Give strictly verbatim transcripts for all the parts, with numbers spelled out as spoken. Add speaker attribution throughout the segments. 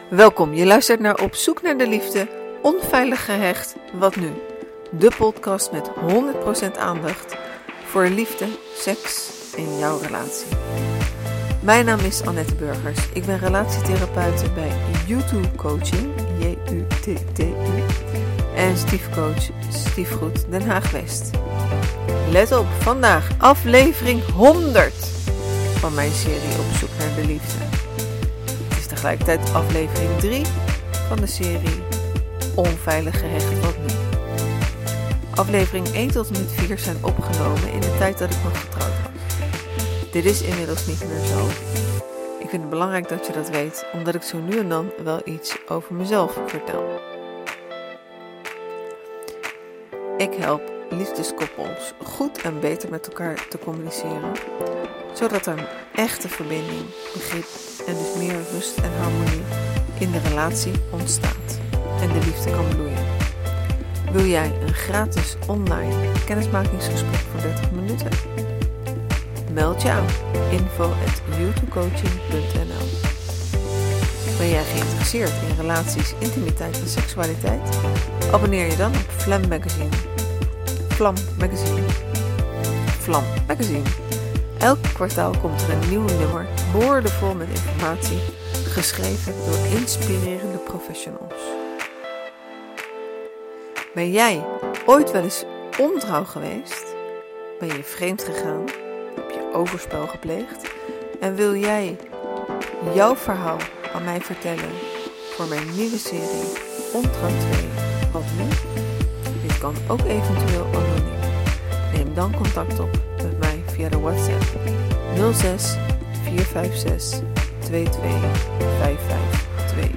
Speaker 1: Welkom, je luistert naar Op zoek naar de liefde, onveilig gehecht, wat nu? De podcast met honderd procent aandacht voor liefde, seks en jouw relatie. Mijn naam is Annette Burgers, ik ben relatietherapeute bij YouTube Coaching, J U T T U, en stiefcoach Stiefgoed Den Haag West. Let op, vandaag aflevering honderd van mijn serie Op zoek naar de liefde. Tegelijkertijd aflevering drie van de serie Onveilig gehecht, wat nu? Aflevering één tot en met vier zijn opgenomen in de tijd dat ik nog getrouwd was. Dit is inmiddels niet meer zo. Ik vind het belangrijk dat je dat weet, omdat ik zo nu en dan wel iets over mezelf vertel. Ik help liefdeskoppels goed en beter met elkaar te communiceren, zodat er een echte verbinding, begrip en dus meer rust en harmonie in de relatie ontstaat en de liefde kan bloeien. Wil jij een gratis online kennismakingsgesprek van dertig minuten? Meld je aan info at youtubecoaching punt n l. Ben jij geïnteresseerd in relaties, intimiteit en seksualiteit? Abonneer je dan op Vlam Magazine. Vlam Magazine. Vlam Magazine. Elk kwartaal komt er een nieuw nummer, boordevol met informatie, geschreven door inspirerende professionals. Ben jij ooit wel eens ontrouw geweest? Ben je vreemd gegaan? Heb je overspel gepleegd? En wil jij jouw verhaal aan mij vertellen voor mijn nieuwe serie Ontrouw twee, wat nu? Dit kan ook eventueel anoniem. Neem dan contact op met mij via de WhatsApp nul zes vier vijf zes twee twee vijf vijf twee.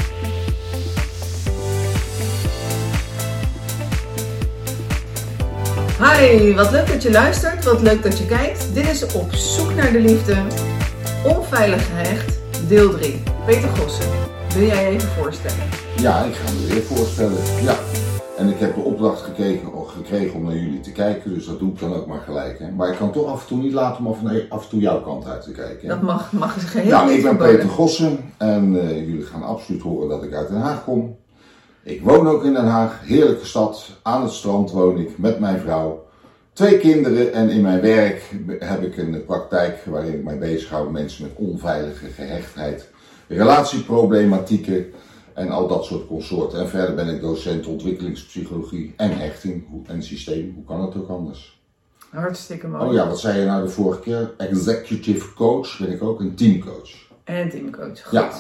Speaker 1: Hi, wat leuk dat je luistert, wat leuk dat je kijkt. Dit is Op zoek naar de liefde, onveilig gehecht, deel drie. Peter Gossen, wil jij je even voorstellen?
Speaker 2: Ja, ik ga me weer voorstellen, ja. En ik heb de opdracht gekeken, gekregen om naar jullie te kijken, dus dat doe ik dan ook maar gelijk. Hè. Maar ik kan toch af en toe niet laten om af en, af en toe jouw kant uit te kijken. Hè.
Speaker 1: Dat mag, mag eens geheel
Speaker 2: Nou,
Speaker 1: niet
Speaker 2: ik ben
Speaker 1: verboden.
Speaker 2: Peter Gossen en uh, jullie gaan absoluut horen dat ik uit Den Haag kom. Ik woon ook in Den Haag, heerlijke stad, aan het strand woon ik met mijn vrouw. Twee kinderen en in mijn werk heb ik een praktijk waarin ik mij bezighoud met mensen met onveilige gehechtheid, relatieproblematieken en al dat soort consorten. En verder ben ik docent ontwikkelingspsychologie en hechting en systeem. Hoe kan het ook anders?
Speaker 1: Hartstikke mooi.
Speaker 2: Oh ja, wat zei je nou de vorige keer? Executive coach ben ik ook, een teamcoach.
Speaker 1: En een teamcoach, goed.
Speaker 2: Ja.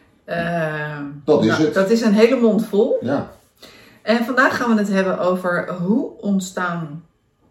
Speaker 1: Uh,
Speaker 2: Dat is
Speaker 1: nou,
Speaker 2: het.
Speaker 1: Dat is een hele mond vol.
Speaker 2: Ja.
Speaker 1: En vandaag gaan we het hebben over hoe ontstaan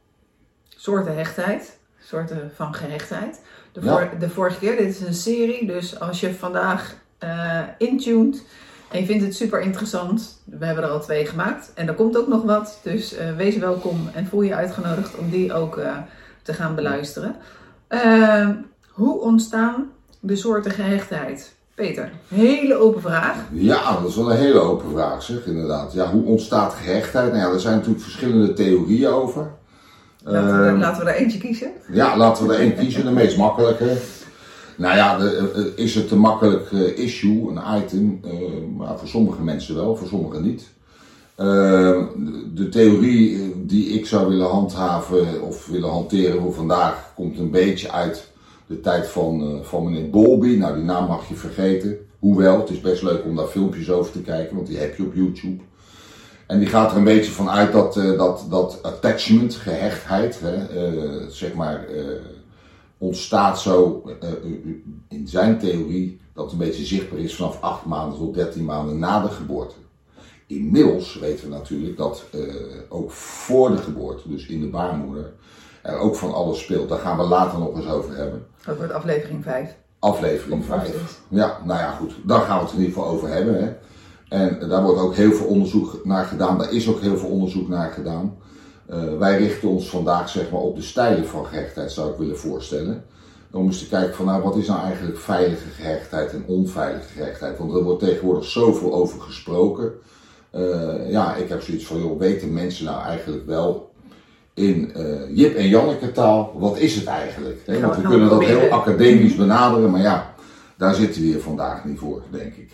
Speaker 1: soorten hechtheid, soorten van gehechtheid. De,
Speaker 2: Ja.
Speaker 1: voor, de vorige keer, dit is een serie, dus als je vandaag uh, intuned en je vindt het super interessant, we hebben er al twee gemaakt en er komt ook nog wat, dus uh, wees welkom en voel je uitgenodigd om die ook uh, te gaan beluisteren. Uh, hoe ontstaan de soorten gehechtheid? Peter, hele open vraag.
Speaker 2: Ja, dat is wel een hele open vraag, zeg, inderdaad. Ja, hoe ontstaat gehechtheid? Nou ja, er zijn natuurlijk verschillende theorieën over.
Speaker 1: Laten we, er,
Speaker 2: Uh,
Speaker 1: laten we er eentje kiezen.
Speaker 2: Ja, laten we er één kiezen, de meest makkelijke. Nou ja, de, uh, is het een makkelijk uh, issue, een item? Uh, maar voor sommige mensen wel, voor sommigen niet. Uh, de, de theorie die ik zou willen handhaven of willen hanteren voor vandaag komt een beetje uit de tijd van, uh, van meneer Bowlby. Nou, die naam mag je vergeten. Hoewel, het is best leuk om daar filmpjes over te kijken, want die heb je op YouTube. En die gaat er een beetje van uit dat, uh, dat, dat attachment, gehechtheid, hè, uh, zeg maar, uh, ontstaat zo uh, uh, in zijn theorie dat het een beetje zichtbaar is vanaf acht maanden tot dertien maanden na de geboorte. Inmiddels weten we natuurlijk dat uh, ook voor de geboorte, dus in de baarmoeder, er ook van alles speelt. Daar gaan we later nog eens over hebben.
Speaker 1: Dat wordt aflevering vijf.
Speaker 2: Aflevering vijf. Ja, nou ja, goed. Daar gaan we het in ieder geval over hebben. Hè. En daar wordt ook heel veel onderzoek naar gedaan. Daar is ook heel veel onderzoek naar gedaan. Uh, wij richten ons vandaag zeg maar op de stijlen van gehechtheid, zou ik willen voorstellen. Om eens te kijken van nou, wat is nou eigenlijk veilige gehechtheid en onveilige gehechtheid. Want er wordt tegenwoordig zoveel over gesproken. Uh, ja, ik heb zoiets van, joh, weten mensen nou eigenlijk wel in uh, Jip en Janneke taal, wat is het eigenlijk? Hè? Want we kunnen dat heel academisch benaderen, maar ja, daar zitten we hier vandaag niet voor, denk ik.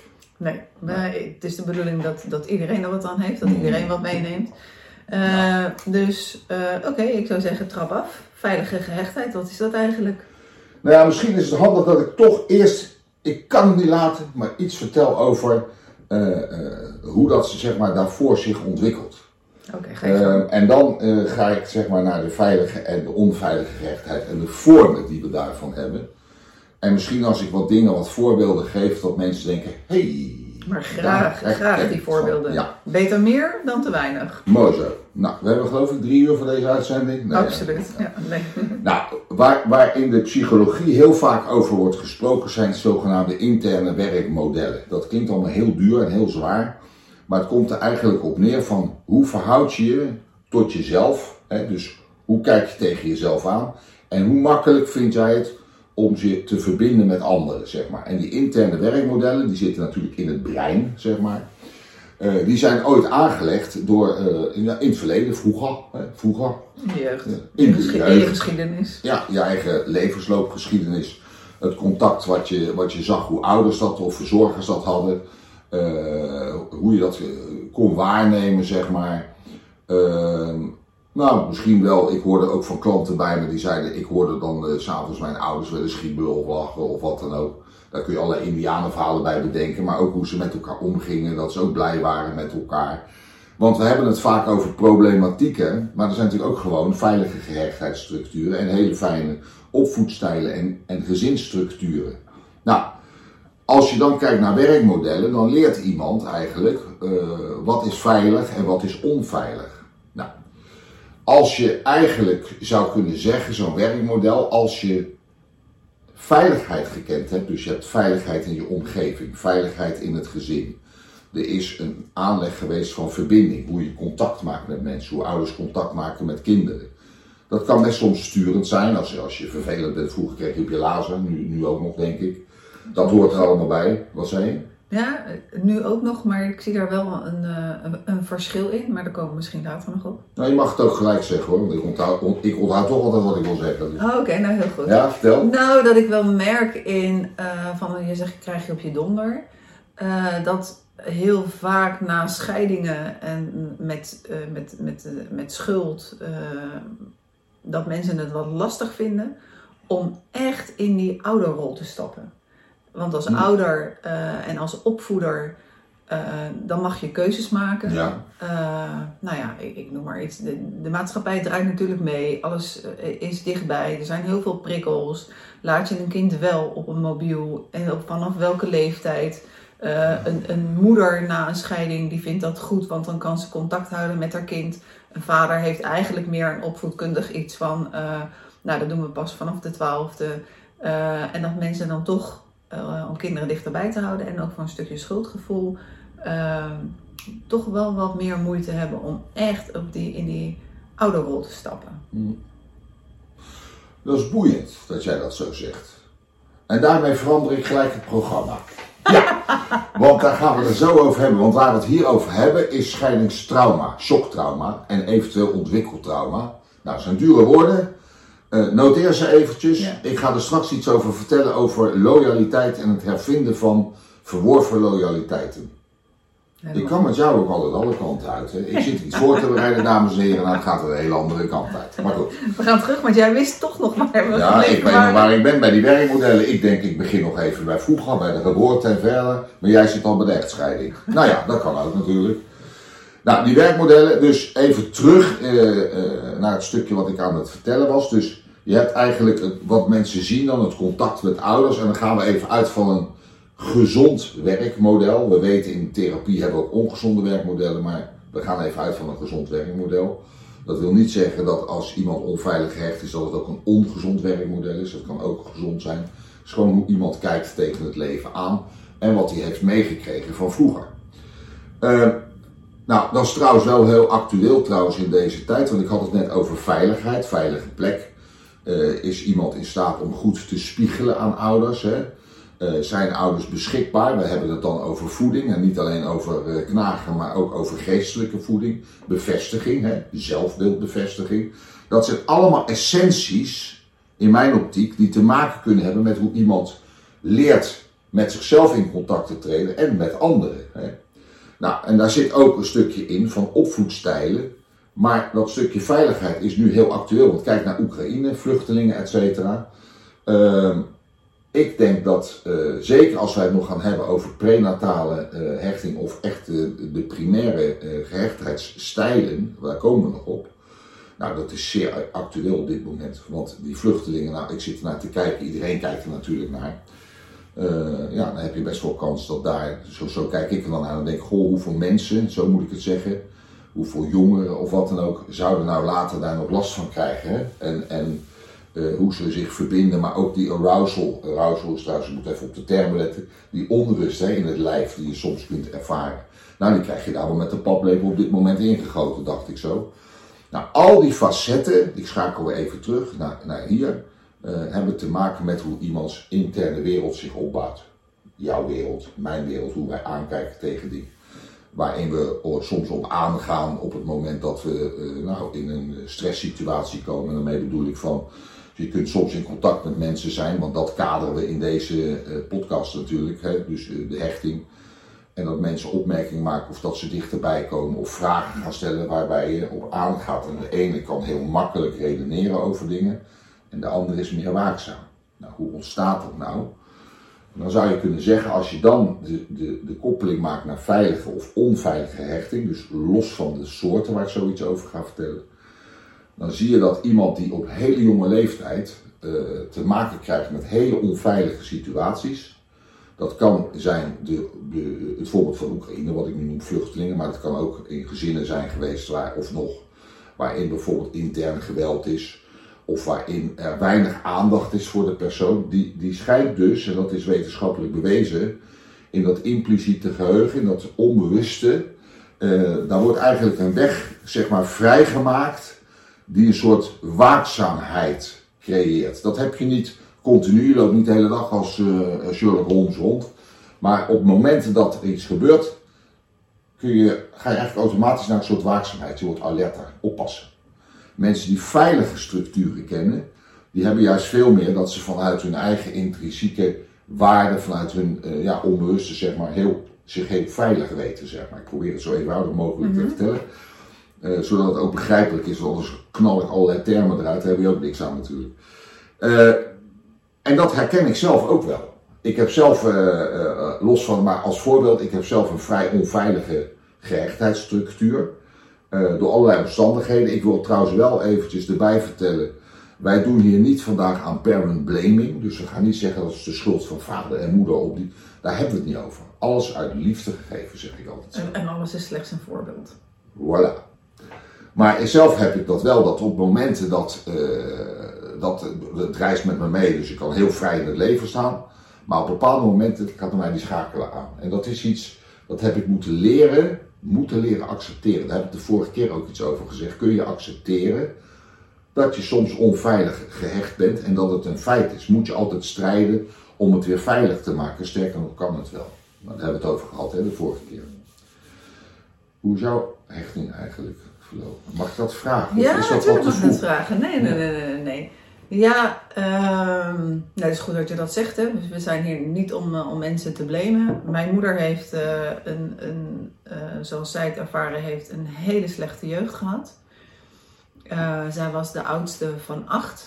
Speaker 3: Nee, maar het is de bedoeling dat, dat iedereen er wat aan heeft, dat iedereen wat meeneemt. Uh, ja. Dus, uh, oké, okay, ik zou zeggen trap af. Veilige gehechtheid, wat is dat eigenlijk?
Speaker 2: Nou ja, misschien is het handig dat ik toch eerst, ik kan het niet laten, maar iets vertel over uh, uh, hoe dat zeg maar daarvoor zich ontwikkelt.
Speaker 3: Oké, ga je uh,
Speaker 2: En dan uh, ga ik zeg maar naar de veilige en de onveilige gehechtheid en de vormen die we daarvan hebben. En misschien als ik wat dingen, wat voorbeelden geef, dat mensen denken, hé. Hey,
Speaker 3: maar graag, graag die voorbeelden. Ja. Beter meer dan te weinig.
Speaker 2: Mooi zo. Nou, we hebben geloof ik drie uur voor deze uitzending.
Speaker 3: Nee, Absoluut, ja. ja nee.
Speaker 2: Nou, waar, waar in de psychologie heel vaak over wordt gesproken zijn zogenaamde interne werkmodellen. Dat klinkt allemaal heel duur en heel zwaar. Maar het komt er eigenlijk op neer van hoe verhoud je je tot jezelf. Hè? Dus hoe kijk je tegen jezelf aan. En hoe makkelijk vind jij het om je te verbinden met anderen, zeg maar. En die interne werkmodellen, die zitten natuurlijk in het brein, zeg maar. Uh, die zijn ooit aangelegd door, uh, in, in het verleden, vroeger. Hè, vroeger
Speaker 3: jeugd.
Speaker 2: Uh, in
Speaker 3: de geschi- je geschiedenis.
Speaker 2: Ja, je eigen levensloopgeschiedenis. Het contact wat je, wat je zag, hoe ouders dat of verzorgers dat hadden. Uh, hoe je dat uh, kon waarnemen, zeg maar. Uh, Nou, misschien wel. Ik hoorde ook van klanten bij me die zeiden, ik hoorde dan uh, 's avonds mijn ouders willen schiebelen of lachen of wat dan ook. Daar kun je allerlei indianenverhalen bij bedenken, maar ook hoe ze met elkaar omgingen, dat ze ook blij waren met elkaar. Want we hebben het vaak over problematieken, maar er zijn natuurlijk ook gewoon veilige gehechtheidsstructuren en hele fijne opvoedstijlen en, en gezinsstructuren. Nou, als je dan kijkt naar werkmodellen, dan leert iemand eigenlijk uh, wat is veilig en wat is onveilig. Nou, als je eigenlijk zou kunnen zeggen, zo'n werkmodel, als je veiligheid gekend hebt, dus je hebt veiligheid in je omgeving, veiligheid in het gezin. Er is een aanleg geweest van verbinding, hoe je contact maakt met mensen, hoe ouders contact maken met kinderen. Dat kan best soms sturend zijn, als je, als je vervelend bent. Vroeger kreeg je op je lazen, nu, nu ook nog denk ik. Dat hoort er allemaal bij. Wat zei je?
Speaker 3: Ja, nu ook nog, maar ik zie daar wel een, een, een verschil in, maar daar komen we misschien later nog op.
Speaker 2: Nou, je mag het ook gelijk zeggen hoor, want ik onthoud, ik onthoud toch altijd wat ik wil zeggen. Dus.
Speaker 3: Oh, Oké, okay, nou heel goed.
Speaker 2: Ja, vertel.
Speaker 3: Nou, dat ik wel merk in, uh, van je zegt, krijg je op je donder, uh, dat heel vaak na scheidingen en met, uh, met, met, uh, met schuld, uh, dat mensen het wat lastig vinden om echt in die ouderrol te stappen. Want als ouder uh, en als opvoeder, uh, dan mag je keuzes maken.
Speaker 2: Ja.
Speaker 3: Uh, nou ja, ik, ik noem maar iets. De, de maatschappij draait natuurlijk mee. Alles uh, is dichtbij. Er zijn heel veel prikkels. Laat je een kind wel op een mobiel en op vanaf welke leeftijd. Uh, een, een moeder na een scheiding die vindt dat goed, want dan kan ze contact houden met haar kind. Een vader heeft eigenlijk meer een opvoedkundig iets van, uh, nou dat doen we pas vanaf de twaalfde. Uh, en dat mensen dan toch, uh, om kinderen dichterbij te houden en ook voor een stukje schuldgevoel, uh, toch wel wat meer moeite hebben om echt op die, in die ouderrol te stappen.
Speaker 2: Hmm. Dat is boeiend dat jij dat zo zegt. En daarmee verander ik gelijk het programma. Ja, want daar gaan we het zo over hebben. Want waar we het hier over hebben is scheidingstrauma, shocktrauma en eventueel ontwikkeltrauma. Nou, dat zijn dure woorden. Uh, noteer ze eventjes. Ja. Ik ga er straks iets over vertellen over loyaliteit en het hervinden van verworven loyaliteiten. Ja, ik kan met jou ook altijd alle kanten uit. Hè. Ik zit iets voor te bereiden, dames en heren, en dan gaat er een hele andere kant uit. Maar goed.
Speaker 3: We gaan terug, want jij wist toch nog waar we
Speaker 2: Ja, ik weet nog waar ik ben bij die werkmodellen. Ik denk, ik begin nog even bij vroeger, bij de geboorte en verder. Maar jij zit al bij de echtscheiding. Nou ja, dat kan ook natuurlijk. Nou, die werkmodellen, dus even terug uh, uh, naar het stukje wat ik aan het vertellen was. Dus je hebt eigenlijk het, wat mensen zien dan, het contact met ouders. En dan gaan we even uit van een gezond werkmodel. We weten in therapie hebben we ook ongezonde werkmodellen, maar we gaan even uit van een gezond werkmodel. Dat wil niet zeggen dat als iemand onveilig gehecht is, dat het ook een ongezond werkmodel is. Dat kan ook gezond zijn. Het is gewoon hoe iemand kijkt tegen het leven aan en wat hij heeft meegekregen van vroeger. Uh, nou, dat is trouwens wel heel actueel trouwens in deze tijd, want ik had het net over veiligheid, veilige plek. Uh, is iemand in staat om goed te spiegelen aan ouders, hè? Uh, zijn ouders beschikbaar? We hebben het dan over voeding en niet alleen over uh, knagen, maar ook over geestelijke voeding, bevestiging, hè? Zelfbeeldbevestiging. Dat zijn allemaal essenties in mijn optiek die te maken kunnen hebben met hoe iemand leert met zichzelf in contact te treden en met anderen. Hè. Nou, en daar zit ook een stukje in van opvoedstijlen. Maar dat stukje veiligheid is nu heel actueel. Want kijk naar Oekraïne, vluchtelingen, et cetera. Uh, ik denk dat, uh, zeker als wij het nog gaan hebben over prenatale uh, hechting of echt uh, de primaire uh, gehechtheidsstijlen, daar komen we nog op. Nou, dat is zeer actueel op dit moment. Want die vluchtelingen, nou, ik zit er naar te kijken, iedereen kijkt er natuurlijk naar. Uh, ja, dan heb je best wel kans dat daar, zo, zo kijk ik er dan aan en denk, goh, hoeveel mensen, zo moet ik het zeggen, hoeveel jongeren of wat dan ook, zouden nou later daar nog last van krijgen. Hè? En, en uh, hoe ze zich verbinden, maar ook die arousal, arousal is trouwens, je moet even op de termen letten, die onrust, hè, in het lijf die je soms kunt ervaren. Nou, die krijg je daar wel met de paplepel op dit moment ingegoten, dacht ik zo. Nou, al die facetten, ik schakel weer even terug naar, naar hier, uh, hebben te maken met hoe iemands interne wereld zich opbouwt. Jouw wereld, mijn wereld, hoe wij aankijken tegen dingen. Waarin we soms op aangaan op het moment dat we uh, nou, in een stresssituatie komen. En daarmee bedoel ik van, je kunt soms in contact met mensen zijn, want dat kaderen we in deze uh, podcast natuurlijk, hè, dus uh, de hechting. En dat mensen opmerkingen maken of dat ze dichterbij komen of vragen gaan stellen waarbij je op aangaat. En de ene kan heel makkelijk redeneren over dingen en de andere is meer waakzaam. Nou, hoe ontstaat dat nou? Dan zou je kunnen zeggen, als je dan de, de, de koppeling maakt naar veilige of onveilige hechting, dus los van de soorten waar ik zoiets over ga vertellen, dan zie je dat iemand die op hele jonge leeftijd uh, te maken krijgt met hele onveilige situaties. Dat kan zijn de, de, het voorbeeld van Oekraïne, wat ik nu noem vluchtelingen, maar het kan ook in gezinnen zijn geweest waar, of nog, waarin bijvoorbeeld intern geweld is. Of waarin er weinig aandacht is voor de persoon, die, die schijnt dus, en dat is wetenschappelijk bewezen, in dat impliciete geheugen, in dat onbewuste, uh, daar wordt eigenlijk een weg, zeg maar, vrijgemaakt die een soort waakzaamheid creëert. Dat heb je niet continu, je loopt niet de hele dag als uh, Sherlock Holmes rond, maar op momenten dat er iets gebeurt, kun je, ga je eigenlijk automatisch naar een soort waakzaamheid, je wordt alerter, oppassen. Mensen die veilige structuren kennen, die hebben juist veel meer dat ze vanuit hun eigen intrinsieke waarden, vanuit hun uh, ja, onbewuste, zeg maar, heel, zich heel veilig weten, zeg maar. Ik probeer het zo eenvoudig mogelijk mm-hmm. te vertellen, uh, zodat het ook begrijpelijk is, want anders knal ik allerlei termen eruit, daar heb je ook niks aan natuurlijk. Uh, en dat herken ik zelf ook wel. Ik heb zelf, uh, uh, los van, maar als voorbeeld, ik heb zelf een vrij onveilige gehechtheidsstructuur. Uh, door allerlei omstandigheden. Ik wil trouwens wel eventjes erbij vertellen. Wij doen hier niet vandaag aan parent blaming. Dus we gaan niet zeggen dat het de schuld van vader en moeder op die. Daar hebben we het niet over. Alles uit liefde gegeven, zeg ik altijd zo.
Speaker 3: En, en alles is slechts een voorbeeld.
Speaker 2: Voilà. Maar zelf heb ik dat wel, dat op momenten dat, uh, dat het reist met me mee. Dus ik kan heel vrij in het leven staan. Maar op bepaalde momenten gaat er mij die schakelen aan. En dat is iets, dat heb ik moeten leren. Moeten leren accepteren. Daar heb ik de vorige keer ook iets over gezegd. Kun je accepteren dat je soms onveilig gehecht bent en dat het een feit is? Moet je altijd strijden om het weer veilig te maken? Sterker nog, kan het wel. Nou, daar hebben we het over gehad, hè, de vorige keer. Hoe is jouw hechting eigenlijk verlopen? Mag ik dat vragen?
Speaker 3: Ja,
Speaker 2: is dat
Speaker 3: natuurlijk
Speaker 2: wat
Speaker 3: mag ik dat vragen. Nee, nee, nee, nee. nee. Ja, um, nou, het is goed dat je dat zegt. Hè. Dus we zijn hier niet om, uh, om mensen te blamen. Mijn moeder heeft, uh, een, een, uh, zoals zij het ervaren heeft, een hele slechte jeugd gehad. Uh, zij was de oudste van acht.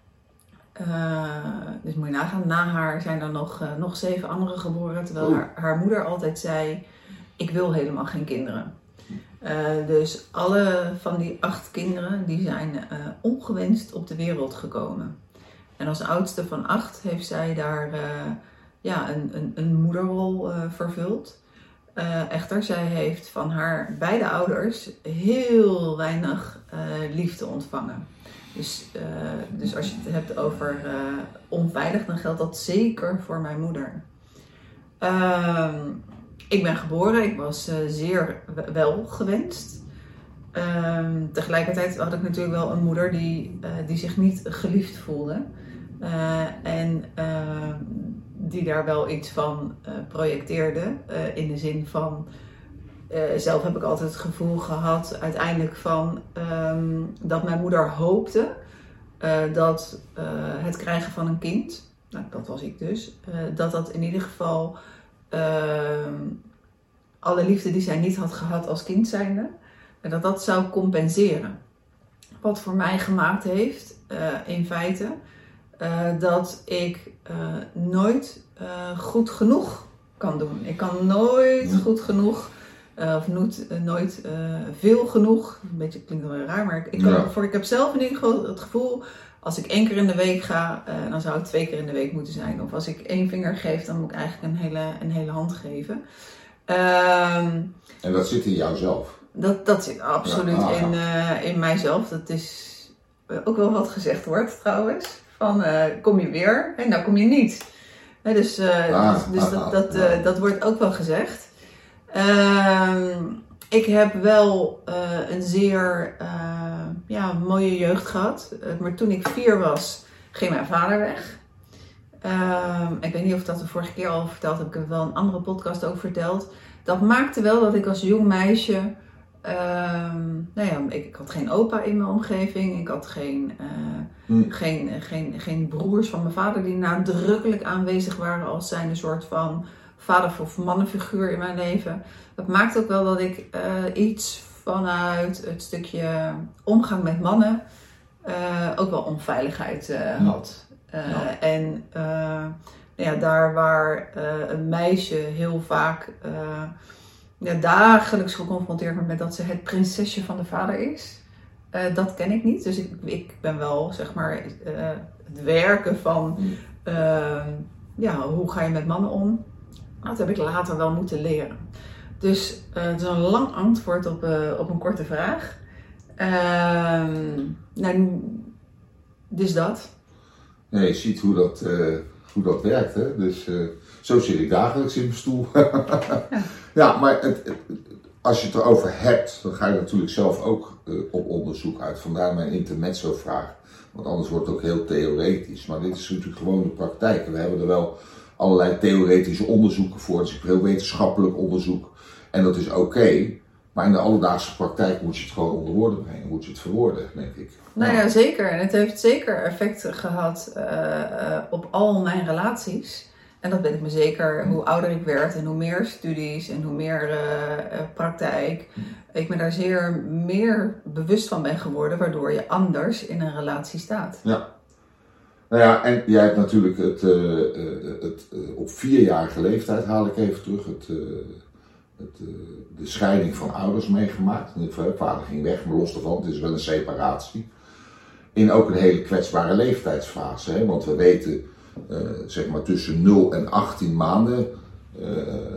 Speaker 3: Uh, dus moet je nagaan, na haar zijn er nog, uh, nog zeven anderen geboren. Terwijl haar, haar moeder altijd zei, ik wil helemaal geen kinderen. Uh, dus alle van die acht kinderen die zijn uh, ongewenst op de wereld gekomen. En als oudste van acht heeft zij daar uh, ja, een, een, een moederrol uh, vervuld. Uh, echter, zij heeft van haar beide ouders heel weinig uh, liefde ontvangen. Dus, uh, dus als je het hebt over uh, onveilig, dan geldt dat zeker voor mijn moeder. Uh, Ik ben geboren, ik was uh, zeer wel gewenst. Uh, tegelijkertijd had ik natuurlijk wel een moeder die, uh, die zich niet geliefd voelde. Uh, en uh, die daar wel iets van uh, projecteerde. Uh, in de zin van, uh, zelf heb ik altijd het gevoel gehad uiteindelijk van um, dat mijn moeder hoopte uh, dat uh, het krijgen van een kind nou, dat was ik dus, uh, dat dat in ieder geval uh, alle liefde die zij niet had gehad als kind zijnde, dat dat zou compenseren. Wat voor mij gemaakt heeft, uh, in feite, uh, dat ik uh, nooit uh, goed genoeg kan doen. Ik kan nooit ja. goed genoeg, uh, of nooit, uh, nooit uh, veel genoeg, een beetje klinkt wel raar, maar ik, kan, ja. voor, ik heb zelf in ieder geval het gevoel, als ik één keer in de week ga, uh, dan zou het twee keer in de week moeten zijn. Of als ik één vinger geef, dan moet ik eigenlijk een hele, een hele hand geven. Um,
Speaker 2: en dat zit in jouzelf?
Speaker 3: Dat, dat zit absoluut ja, in, uh, in mijzelf. Dat is uh, ook wel wat gezegd wordt trouwens. Van uh, kom je weer? En nou kom je niet. Nee, dus uh, ah, dus, dus ah, dat, dat, uh, dat wordt ook wel gezegd. Uh, ik heb wel uh, een zeer uh, ja, mooie jeugd gehad. Uh, maar toen ik vier was, ging mijn vader weg. Uh, ik weet niet of ik dat de vorige keer al verteld heb. Ik heb wel een andere podcast ook verteld. Dat maakte wel dat ik als jong meisje... Uh, nou ja, ik, ik had geen opa in mijn omgeving. Ik had geen, uh, hmm. geen, geen, geen broers van mijn vader die nadrukkelijk aanwezig waren als zijn een soort van vader- of mannenfiguur in mijn leven. Dat maakt ook wel dat ik uh, iets vanuit het stukje omgang met mannen uh, ook wel onveiligheid uh, hmm. had. Uh, ja. En uh, nou ja, daar waar uh, een meisje heel vaak... Uh, Ja, dagelijks geconfronteerd wordt met dat ze het prinsesje van de vader is. Uh, dat ken ik niet. Dus ik, ik ben wel, zeg maar, uh, het werken van... Uh, ja, hoe ga je met mannen om? Dat heb ik later wel moeten leren. Dus uh, het is een lang antwoord op, uh, op een korte vraag. Uh, nou, dus dat.
Speaker 2: Ja, je ziet hoe dat, uh, hoe dat werkt, hè? Dus uh, zo zit ik dagelijks in mijn stoel. ja. Ja, maar het, het, als je het erover hebt, dan ga je natuurlijk zelf ook uh, op onderzoek uit. Vandaar mijn intermezzo-vraag. Want anders wordt het ook heel theoretisch. Maar dit is natuurlijk gewoon de praktijk. We hebben er wel allerlei theoretische onderzoeken voor. Het is heel wetenschappelijk onderzoek. En dat is oké. Okay, maar in de alledaagse praktijk moet je het gewoon onder woorden brengen. Moet je het verwoorden, denk ik.
Speaker 3: Nou ja, zeker. En het heeft zeker effect gehad uh, uh, op al mijn relaties. En dat weet ik me zeker, hoe ouder ik werd en hoe meer studies en hoe meer uh, uh, praktijk. Ik me daar zeer meer bewust van ben geworden, waardoor je anders in een relatie staat.
Speaker 2: Ja. Nou ja, en jij hebt natuurlijk het, uh, uh, het uh, op vierjarige leeftijd, haal ik even terug, het, uh, het, uh, de scheiding van ouders meegemaakt. Vader ging weg, maar los daarvan, het is wel een separatie. In ook een hele kwetsbare leeftijdsfase, hè? Want we weten... Uh, zeg maar tussen nul en achttien maanden, uh,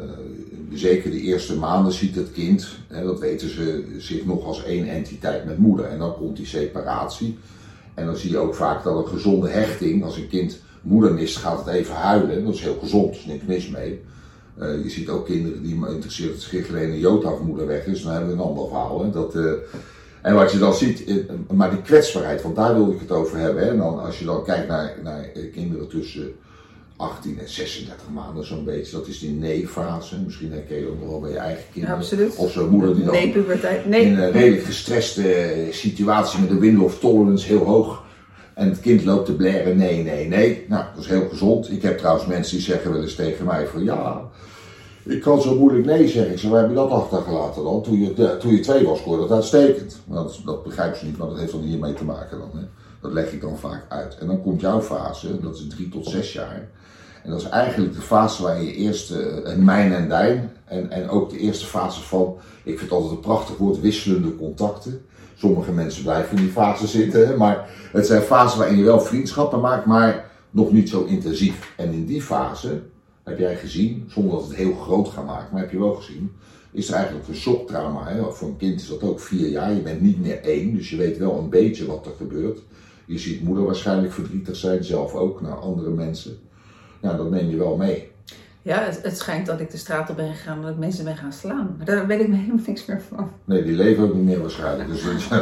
Speaker 2: zeker de eerste maanden ziet het kind, hè, dat weten ze, zich nog als één entiteit met moeder. En dan komt die separatie. En dan zie je ook vaak dat een gezonde hechting, als een kind moeder mist, gaat het even huilen. Dat is heel gezond, er is niks mis mee. Uh, je ziet ook kinderen die interesseert het zich alleen een joodafmoeder weg is, dan hebben we een ander verhaal. Hè. Dat, uh, En wat je dan ziet, maar die kwetsbaarheid, want daar wilde ik het over hebben. Hè? En dan, als je dan kijkt naar, naar kinderen tussen achttien en zesendertig maanden zo'n beetje, dat is die nee-fase. Misschien herken je dat nog wel bij je eigen kinderen.
Speaker 3: Absoluut.
Speaker 2: Of zo'n moeder die dan
Speaker 3: nee, nee.
Speaker 2: in een redelijk gestreste situatie met een window of tolerance heel hoog. En het kind loopt te blaren, nee, nee, nee. Nou, dat is heel gezond. Ik heb trouwens mensen die zeggen wel eens tegen mij van ja... Ik kan zo moeilijk nee zeggen. Ik zeg, waar heb je dat achtergelaten dan? Toen je, ja, toen je twee was, hoor dat uitstekend. Nou, dat, dat begrijpen ze niet, maar dat heeft dan hiermee te maken dan. Hè. Dat leg ik dan vaak uit. En dan komt jouw fase, dat is drie tot zes jaar. En dat is eigenlijk de fase waar je eerst uh, mijn en dijn. En, en ook de eerste fase van, ik vind het altijd een prachtig woord, wisselende contacten. Sommige mensen blijven in die fase zitten. Hè, maar het zijn fasen waarin je wel vriendschappen maakt, maar nog niet zo intensief. En in die fase... heb jij gezien, zonder dat het heel groot gaat maken, maar heb je wel gezien, is er eigenlijk een shocktrauma. Hè? Voor een kind is dat ook vier jaar, je bent niet meer één, dus je weet wel een beetje wat er gebeurt. Je ziet moeder waarschijnlijk verdrietig zijn, zelf ook, naar andere mensen. Nou, dat neem je wel mee.
Speaker 3: Ja, het, het schijnt dat ik de straat op ben gegaan en dat ik mensen ben gaan slaan. Maar daar weet ik me helemaal niks meer van.
Speaker 2: Nee, die leven ook niet meer waarschijnlijk. Dus, ja,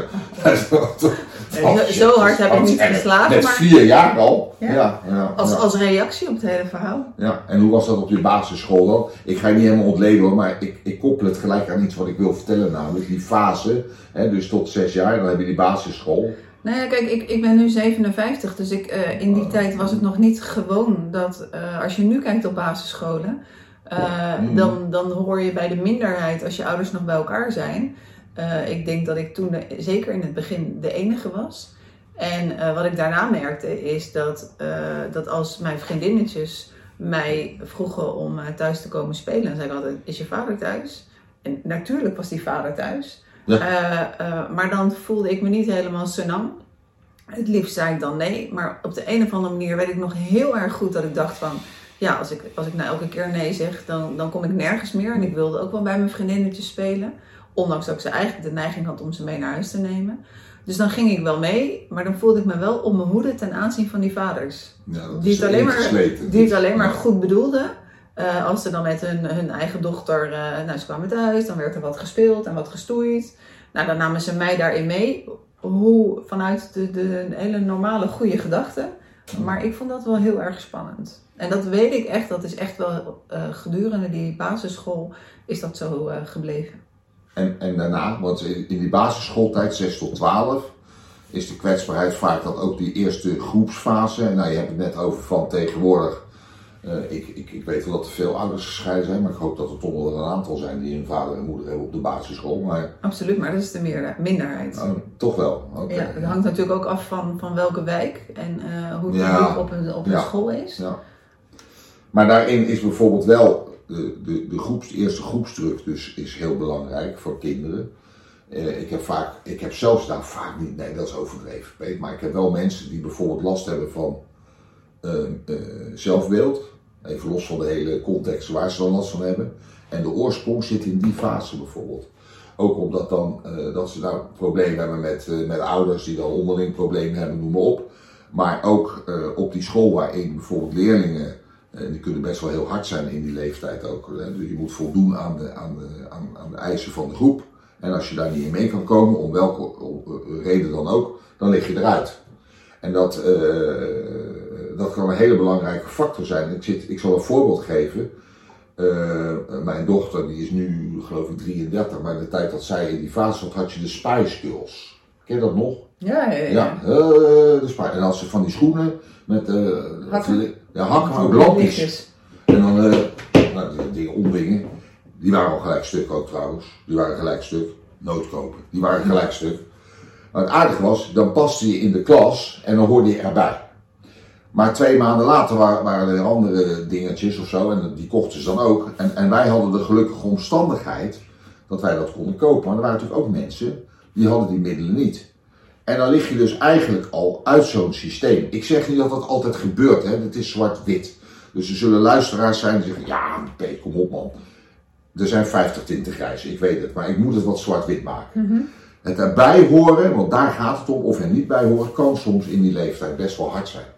Speaker 3: nee, zo hard heb ik niet geslagen.
Speaker 2: Met
Speaker 3: maar...
Speaker 2: vier jaar al.
Speaker 3: Ja.
Speaker 2: Ja, ja,
Speaker 3: als,
Speaker 2: ja.
Speaker 3: als reactie op het hele verhaal.
Speaker 2: Ja, en hoe was dat op je basisschool dan? Ik ga je niet helemaal ontleden hoor, maar ik, ik koppel het gelijk aan iets wat ik wil vertellen. Namelijk die fase, hè, dus tot zes jaar, dan heb je die basisschool.
Speaker 3: Nou ja, kijk, ik, ik ben nu zevenenvijftig, dus ik, uh, in die oh. tijd was het nog niet gewoon dat uh, als je nu kijkt op basisscholen, uh, mm. dan, dan hoor je bij de minderheid als je ouders nog bij elkaar zijn. Uh, ik denk dat ik toen, de, zeker in het begin, de enige was. En uh, wat ik daarna merkte is dat, uh, dat als mijn vriendinnetjes mij vroegen om uh, thuis te komen spelen, dan zei ik altijd, is je vader thuis? En natuurlijk was die vader thuis. Ja. Uh, uh, maar dan voelde ik me niet helemaal senang. Het liefst zei ik dan nee. Maar op de een of andere manier weet ik nog heel erg goed dat ik dacht van... Ja, als ik, als ik nou elke keer nee zeg, dan, dan kom ik nergens meer. En ik wilde ook wel bij mijn vriendinnetjes spelen. Ondanks dat ik ze eigenlijk de neiging had om ze mee naar huis te nemen. Dus dan ging ik wel mee. Maar dan voelde ik me wel op mijn hoede ten aanzien van die vaders.
Speaker 2: Ja, dat
Speaker 3: die,
Speaker 2: is
Speaker 3: het alleen maar, die het alleen maar
Speaker 2: ja.
Speaker 3: goed bedoelden. Uh, als ze dan met hun, hun eigen dochter, uh, nou ze kwamen thuis, dan werd er wat gespeeld en wat gestoeid. Nou, dan namen ze mij daarin mee, hoe, vanuit de, de hele normale goede gedachten. Maar ik vond dat wel heel erg spannend. En dat weet ik echt, dat is echt wel uh, gedurende die basisschool is dat zo uh, gebleven.
Speaker 2: En, en daarna, want in die basisschooltijd, zes tot twaalf, is de kwetsbaarheid vaak dat ook die eerste groepsfase. En nou, je hebt het net over van tegenwoordig. Uh, ik, ik, ik weet wel dat er veel ouders gescheiden zijn, maar ik hoop dat er toch wel een aantal zijn die hun vader en moeder hebben op de basisschool. Maar...
Speaker 3: Absoluut, maar dat is de meerder, minderheid.
Speaker 2: Oh, toch wel? Okay.
Speaker 3: Ja, het hangt natuurlijk ook af van, van welke wijk en uh, hoe het ja. op een, op een ja. school is.
Speaker 2: Ja. Maar daarin is bijvoorbeeld wel de, de, de, groeps, de eerste groepsdruk dus is heel belangrijk voor kinderen. Uh, ik, heb vaak, ik heb zelfs daar vaak niet, nee dat is overdreven, weet, maar ik heb wel mensen die bijvoorbeeld last hebben van uh, uh, zelfbeeld. Even los van de hele context waar ze dan last van hebben. En de oorsprong zit in die fase bijvoorbeeld. Ook omdat dan, uh, dat ze daar problemen hebben met, uh, met ouders die dan onderling problemen hebben, noem maar op. Maar ook uh, op die school waarin bijvoorbeeld leerlingen, uh, die kunnen best wel heel hard zijn in die leeftijd ook. Uh, dus je moet voldoen aan de, aan, de, aan, aan de eisen van de groep. En als je daar niet in mee kan komen, om welke uh, reden dan ook, dan lig je eruit. En dat... Uh, Dat kan een hele belangrijke factor zijn. Ik, zit, ik zal een voorbeeld geven. Uh, mijn dochter, die is nu geloof ik drieëndertig, maar in de tijd dat zij in die fase zat, had je de Spice Girls. Ken je dat nog?
Speaker 3: Ja, ja, ja.
Speaker 2: ja uh, de Spice. En als ze van die schoenen met uh,
Speaker 3: hakken,
Speaker 2: ja, hakken ook lampjes. En dan uh, nou, die dingen omdingen. Die waren al gelijk stuk ook trouwens. Die waren gelijk stuk. Noodkopen. Die waren gelijk stuk. Maar het aardige was, dan paste je in de klas en dan hoorde je erbij. Maar twee maanden later waren, waren er andere dingetjes of zo en die kochten ze dan ook. En, en wij hadden de gelukkige omstandigheid dat wij dat konden kopen. Maar er waren natuurlijk ook mensen die hadden die middelen niet. En dan lig je dus eigenlijk al uit zo'n systeem. Ik zeg niet dat dat altijd gebeurt, hè. Het is zwart-wit. Dus er zullen luisteraars zijn die zeggen, ja Peet, kom op man. Er zijn vijftig tinten grijs, ik weet het, maar ik moet het wat zwart-wit maken. Mm-hmm. Het erbij horen, want daar gaat het om, of er niet bij horen, kan soms in die leeftijd best wel hard zijn.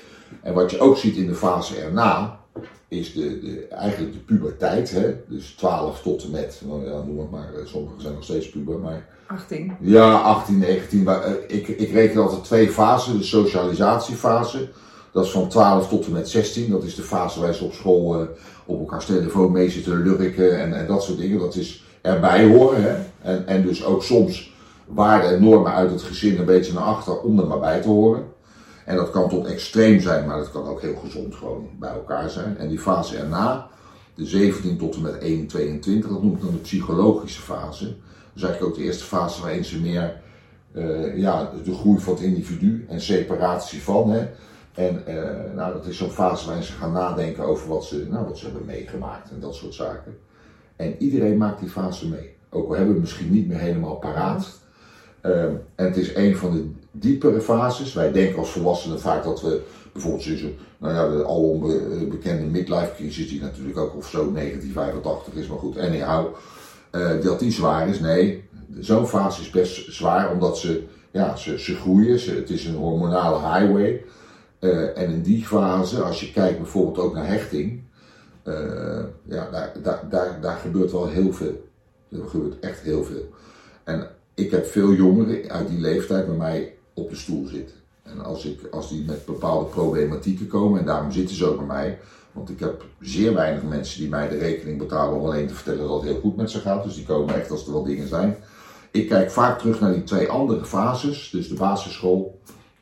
Speaker 2: En wat je ook ziet in de fase erna, is de, de, eigenlijk de puberteit. Hè? Dus twaalf tot en met, nou ja, noem het maar, sommigen zijn nog steeds puber, maar...
Speaker 3: achttien.
Speaker 2: Ja, achttien, negentien. Maar, uh, ik, ik reken altijd twee fasen. De socialisatiefase, dat is van twaalf tot en met zestien. Dat is de fase waar ze op school uh, op elkaars telefoon mee zitten lurken en, en dat soort dingen. Dat is erbij horen. Hè? En, en dus ook soms waarden en normen uit het gezin een beetje naar achter om er maar bij te horen. En dat kan tot extreem zijn, maar dat kan ook heel gezond gewoon bij elkaar zijn. En die fase erna, de zeventien tot en met één, tweeëntwintig, dat noem ik dan de psychologische fase. Dat is eigenlijk ook de eerste fase waarin ze meer uh, ja, de groei van het individu en separatie van. Hè. En uh, nou, dat is zo'n fase waarin ze gaan nadenken over wat ze, nou, wat ze hebben meegemaakt en dat soort zaken. En iedereen maakt die fase mee. Ook al hebben we het misschien niet meer helemaal paraat. Uh, en het is een van de diepere fases. Wij denken als volwassenen vaak dat we bijvoorbeeld zo'n, nou ja, de alom bekende midlife crisis, die natuurlijk ook of zo negentien vijfentachtig is, maar goed, anyhow, uh, dat die zwaar is. Nee, zo'n fase is best zwaar, omdat ze, ja, ze, ze groeien, ze, het is een hormonale highway. Uh, en in die fase, als je kijkt bijvoorbeeld ook naar hechting, uh, ja, daar, daar, daar, daar gebeurt wel heel veel. Er gebeurt echt heel veel. En ik heb veel jongeren uit die leeftijd bij mij op de stoel zitten. En als, ik, als die met bepaalde problematieken komen, en daarom zitten ze ook bij mij, want ik heb zeer weinig mensen die mij de rekening betalen om alleen te vertellen dat het heel goed met ze gaat. Dus die komen echt als er wel dingen zijn. Ik kijk vaak terug naar die twee andere fases, dus de basisschool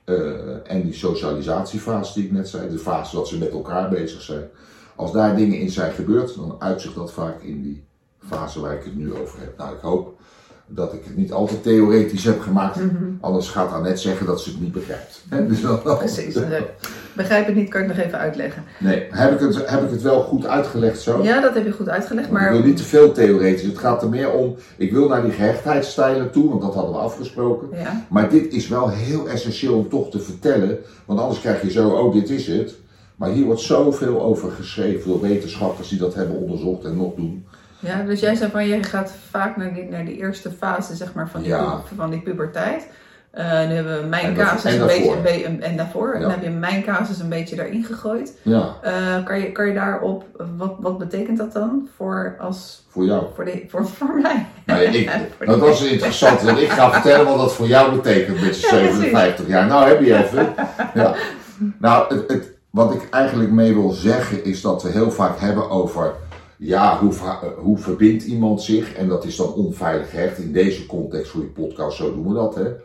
Speaker 2: uh, en die socialisatiefase die ik net zei, de fase dat ze met elkaar bezig zijn. Als daar dingen in zijn gebeurd, dan uitzicht dat vaak in die fase waar ik het nu over heb. Nou, ik hoop dat ik het niet altijd theoretisch heb gemaakt, mm-hmm. anders gaat Annette zeggen dat ze het niet begrijpt. He, dus dan,
Speaker 3: Precies, begrijp het niet, kan ik nog even uitleggen.
Speaker 2: Nee, heb ik, het, heb ik het wel goed uitgelegd zo?
Speaker 3: Ja, dat heb je goed uitgelegd, maar...
Speaker 2: Ik wil niet te veel theoretisch, het gaat er meer om, ik wil naar die gehechtheidsstijlen toe, want dat hadden we afgesproken.
Speaker 3: Ja.
Speaker 2: Maar dit is wel heel essentieel om toch te vertellen, want anders krijg je zo, oh dit is het. Maar hier wordt zoveel over geschreven door wetenschappers die dat hebben onderzocht en nog doen.
Speaker 3: Ja, dus jij zei van je gaat vaak naar die, naar die eerste fase zeg maar, van, die,
Speaker 2: ja.
Speaker 3: van die puberteit. Uh, nu hebben we mijn
Speaker 2: en
Speaker 3: casus
Speaker 2: en
Speaker 3: een
Speaker 2: daarvoor.
Speaker 3: beetje en, en daarvoor. Ja. En dan heb je mijn casus een beetje daarin gegooid.
Speaker 2: Ja.
Speaker 3: Uh, kan, je, kan je daarop, wat, wat betekent dat dan voor als
Speaker 2: voor jou?
Speaker 3: Voor, de, voor, voor mij.
Speaker 2: Nee, ik, nou, dat is interessant. Want ik ga vertellen wat dat voor jou betekent met je zevenenvijftig jaar. Nou heb je even. Ja. Nou, het, het, wat ik eigenlijk mee wil zeggen is dat we heel vaak hebben over ja, hoe, hoe verbindt iemand zich? En dat is dan onveilig gehecht. In deze context voor je podcast, zo doen we dat. Hè?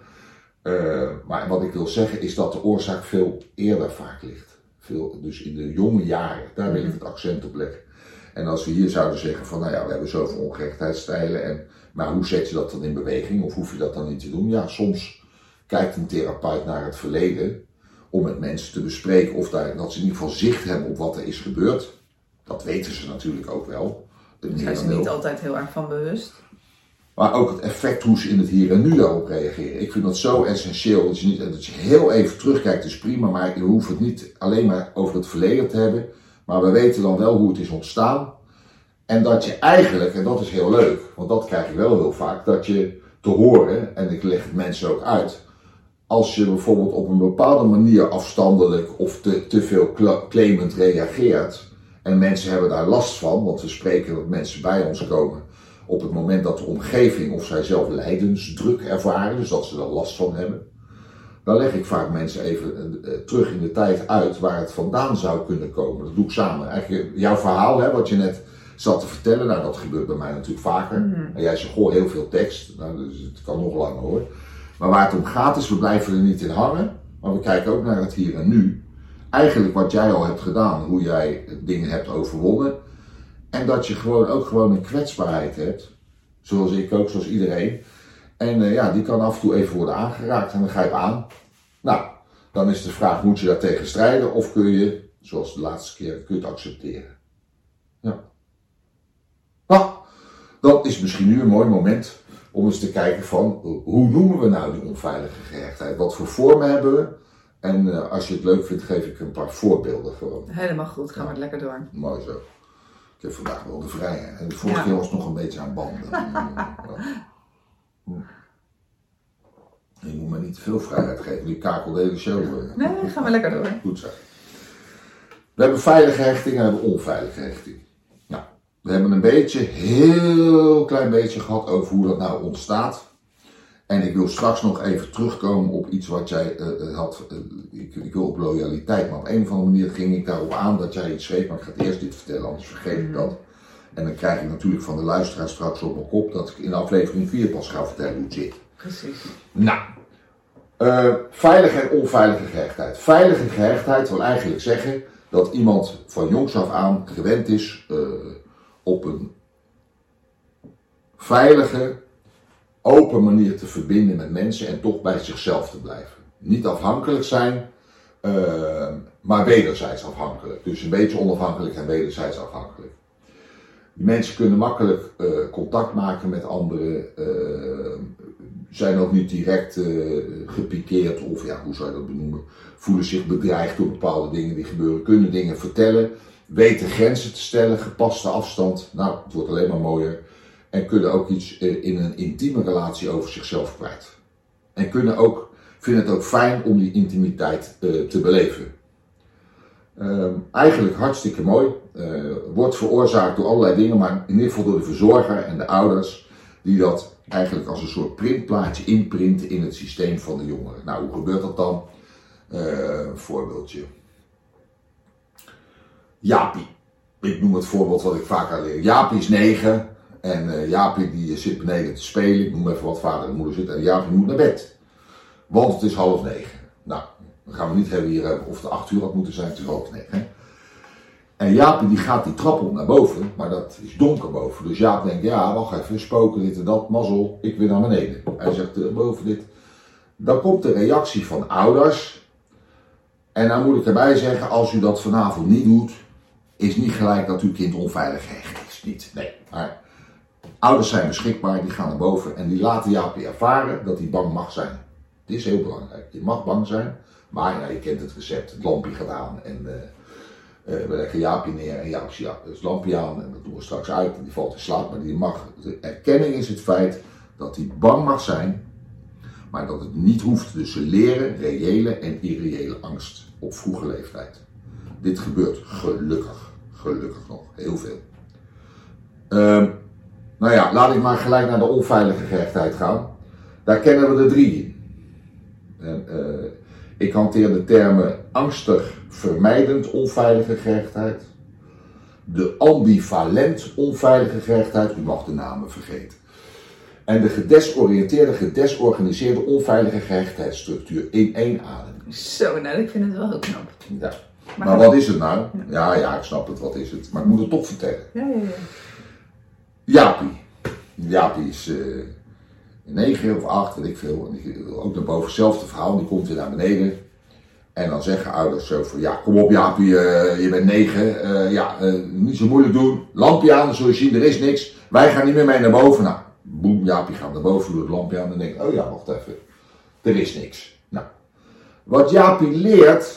Speaker 2: Uh, maar wat ik wil zeggen is dat de oorzaak veel eerder vaak ligt. Veel, dus in de jonge jaren, daar wil ik het accent op leggen. En als we hier zouden zeggen van, nou ja, we hebben zoveel ongehechtheidsstijlen. En, maar hoe zet je dat dan in beweging? Of hoef je dat dan niet te doen? Ja, soms kijkt een therapeut naar het verleden om met mensen te bespreken of daar, dat ze in ieder geval zicht hebben op wat er is gebeurd. Dat weten ze natuurlijk ook wel.
Speaker 3: Daar zijn ze niet altijd heel erg van bewust.
Speaker 2: Maar ook het effect hoe ze in het hier en nu daarop reageren. Ik vind dat zo essentieel. Dat je, niet, dat je heel even terugkijkt is prima, maar je hoeft het niet alleen maar over het verleden te hebben. Maar we weten dan wel hoe het is ontstaan. En dat je eigenlijk, en dat is heel leuk, want dat krijg je wel heel vaak, dat je te horen, en ik leg het mensen ook uit, als je bijvoorbeeld op een bepaalde manier afstandelijk of te, te veel claimend reageert, en mensen hebben daar last van, want we spreken dat mensen bij ons komen op het moment dat de omgeving of zij zelf lijdensdruk ervaren, dus dat ze er last van hebben, dan leg ik vaak mensen even uh, terug in de tijd uit waar het vandaan zou kunnen komen. Dat doe ik samen. Eigenlijk jouw verhaal, hè, wat je net zat te vertellen, nou dat gebeurt bij mij natuurlijk vaker. Mm-hmm. En jij zegt, goh, heel veel tekst, nou, dus het kan nog langer hoor. Maar waar het om gaat is, we blijven er niet in hangen, maar we kijken ook naar het hier en nu. Eigenlijk wat jij al hebt gedaan, hoe jij dingen hebt overwonnen. En dat je gewoon ook gewoon een kwetsbaarheid hebt, zoals ik ook, zoals iedereen. En uh, ja, die kan af en toe even worden aangeraakt en dan grijp aan. Nou, dan is de vraag, moet je daar tegen strijden of kun je, zoals de laatste keer, kun je het accepteren? Ja. Nou, dat is misschien nu een mooi moment om eens te kijken van, hoe noemen we nou die onveilige gehechtheid? Wat voor vormen hebben we? En uh, als je het leuk vindt, geef ik een paar voorbeelden gewoon.
Speaker 3: Helemaal goed, gaan we het lekker door.
Speaker 2: Mooi zo. Ik heb vandaag wel de vrijheid. En de vorige ja. keer was nog een beetje aan banden. Je moet me niet veel vrijheid geven, die kakel de hele show.
Speaker 3: Nee, gaan we lekker door.
Speaker 2: Goed zo. We hebben veilige hechting en we hebben onveilige hechting. Nou, we hebben een beetje, heel klein beetje gehad over hoe dat nou ontstaat. En ik wil straks nog even terugkomen op iets wat jij uh, had. Uh, ik, ik wil op loyaliteit, maar op een of andere manier ging ik daarop aan dat jij iets schreef. Maar ik ga het eerst dit vertellen, anders vergeet ik dat. En dan krijg ik natuurlijk van de luisteraar straks op mijn kop dat ik in aflevering vier pas ga vertellen hoe het zit.
Speaker 3: Precies.
Speaker 2: Nou, uh, veilige en onveilige gehechtheid. Veilige gehechtheid wil eigenlijk zeggen dat iemand van jongs af aan gewend is uh, op een veilige, open manier te verbinden met mensen en toch bij zichzelf te blijven. Niet afhankelijk zijn, uh, maar wederzijds afhankelijk. Dus een beetje onafhankelijk en wederzijds afhankelijk. Die mensen kunnen makkelijk uh, contact maken met anderen, uh, zijn ook niet direct uh, gepikeerd of ja, hoe zou je dat benoemen, voelen zich bedreigd door bepaalde dingen die gebeuren, kunnen dingen vertellen, weten grenzen te stellen, gepaste afstand, nou het wordt alleen maar mooier. En kunnen ook iets uh, in een intieme relatie over zichzelf kwijt. En kunnen ook, vinden het ook fijn om die intimiteit uh, te beleven. Uh, eigenlijk hartstikke mooi. Uh, wordt veroorzaakt door allerlei dingen, maar in ieder geval door de verzorger en de ouders. Die dat eigenlijk als een soort printplaatje inprinten in het systeem van de jongeren. Nou, hoe gebeurt dat dan? Uh, een voorbeeldje. Jaapie. Ik noem het voorbeeld wat ik vaak al leer. Jaapie is negen. En uh, Jaapie die zit beneden te spelen, ik noem even wat, vader en moeder zitten en Jaapie moet naar bed. Want het is half negen. Nou, dan gaan we niet hebben hier of het acht uur had moeten zijn, het is half negen. Hè? En Jaapie die gaat die trap op naar boven, maar dat is donker boven. Dus Jaap denkt, ja wacht even, spoken dit en dat, mazzel, ik wil naar beneden. Hij zegt, uh, boven dit. Dan komt de reactie van ouders. En dan moet ik erbij zeggen, als u dat vanavond niet doet, is niet gelijk dat uw kind onveilig gehecht is. Niet, nee. Maar ouders zijn beschikbaar, die gaan naar boven en die laten Jaapie ervaren dat hij bang mag zijn. Dit is heel belangrijk. Je mag bang zijn, maar ja, je kent het recept. Het lampje gaat aan en uh, uh, we leggen Jaapie neer en Jaapie zegt, ja, het lampje aan en dat doen we straks uit en die valt in slaap. Maar die mag, de erkenning is het feit dat hij bang mag zijn, maar dat het niet hoeft. Dus ze leren reële en irreële angst op vroege leeftijd. Dit gebeurt gelukkig, gelukkig nog, heel veel. Um, nou ja, laat ik maar gelijk naar de onveilige gehechtheid gaan. Daar kennen we er drie in. En, uh, ik hanteer de termen angstig, vermijdend onveilige gehechtheid. De ambivalent onveilige gehechtheid, u mag de namen vergeten. En de gedesoriënteerde, gedesorganiseerde onveilige gehechtheidsstructuur in één adem.
Speaker 3: Zo, nou ik vind het wel heel knap.
Speaker 2: Ja. Maar, maar wat is het nou? Ja, ja, ik snap het, wat is het? Maar ik moet het toch vertellen.
Speaker 3: Ja, ja, ja.
Speaker 2: Jaapie. Jaapie is uh, negen of acht, weet ik veel. En die wil ook naar boven, hetzelfde verhaal, die komt weer naar beneden. En dan zeggen ouders zo van, ja kom op Jaapie, uh, je bent negen, uh, ja, uh, niet zo moeilijk doen. Lampje aan, dan zul je zien, er is niks. Wij gaan niet meer mee naar boven. Nou, boem, Jaapie gaat naar boven, doet het lampje aan en denkt, oh ja, wacht even, er is niks. Nou, wat Jaapie leert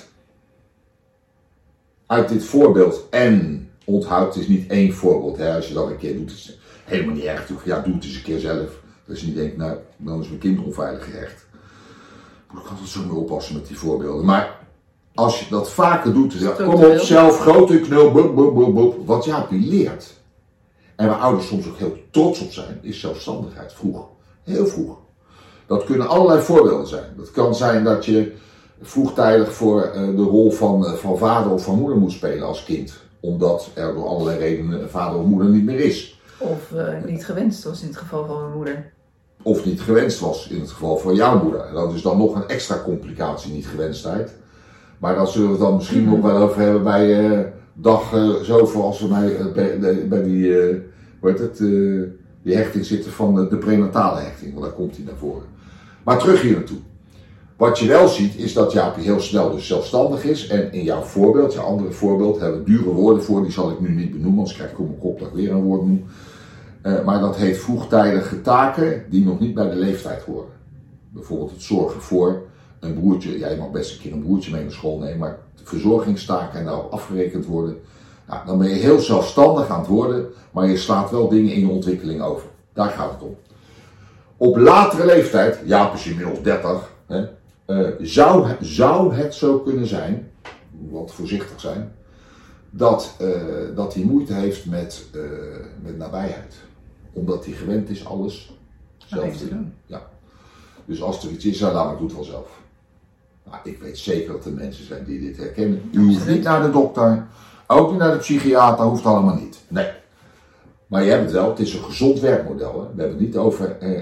Speaker 2: uit dit voorbeeld, en onthoud, het is niet één voorbeeld, hè, als je dat een keer doet, is het helemaal niet erg. Ja, doe het eens een keer zelf. Dus je denkt, nou, dan is mijn kind onveilig gehecht. Ik kan altijd zo mee oppassen met die voorbeelden. Maar als je dat vaker doet, dan zeg, kom op, zelf, grote knul, boep, boep, boep, boep. Wat Jaapie leert, en waar ouders soms ook heel trots op zijn, is zelfstandigheid. Vroeg. Heel vroeg. Dat kunnen allerlei voorbeelden zijn. Dat kan zijn dat je vroegtijdig voor uh, de rol van, uh, van vader of van moeder moet spelen als kind. Omdat er door allerlei redenen vader of moeder niet meer is.
Speaker 3: Of uh, niet gewenst was in het geval van mijn moeder.
Speaker 2: Of niet gewenst was in het geval van jouw moeder. En dat is dan nog een extra complicatie, niet gewenstheid. Maar daar zullen we het dan misschien mm-hmm. nog wel over hebben bij uh, dag uh, zoveel als we bij, uh, bij, bij die, uh, hoe heet het, uh, die hechting zitten van de, de prenatale hechting. Want daar komt hij naar voren. Maar terug hier naartoe. Wat je wel ziet is dat Jaapie heel snel dus zelfstandig is. En in jouw voorbeeld, jouw andere voorbeeld, hebben we dure woorden voor. Die zal ik nu niet benoemen, anders krijg ik op mijn kop dat ik weer een woord noem. Uh, maar dat heet vroegtijdige taken die nog niet bij de leeftijd horen. Bijvoorbeeld het zorgen voor een broertje. Ja, je mag best een keer een broertje mee naar school nemen. Maar verzorgingstaken en daarop afgerekend worden. Nou, dan ben je heel zelfstandig aan het worden. Maar je slaat wel dingen in je ontwikkeling over. Daar gaat het om. Op latere leeftijd, Jaap is inmiddels dertig. Hè, uh, zou, zou het zo kunnen zijn, wat voorzichtig zijn, dat, uh, dat hij moeite heeft met, uh, met nabijheid. Omdat hij gewend is alles zelf te doen. Ja. Dus als er iets is, laat maar, doe het wel zelf. Nou, ik weet zeker dat er mensen zijn die dit herkennen. U hoeft niet naar de dokter, ook niet naar de psychiater, hoeft allemaal niet. Nee. Maar je hebt het wel, het is een gezond werkmodel. Hè? We hebben het niet over uh,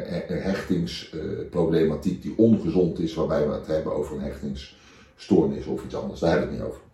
Speaker 2: hechtingsproblematiek uh, die ongezond is, waarbij we het hebben over een hechtingsstoornis of iets anders. Daar hebben we het niet over.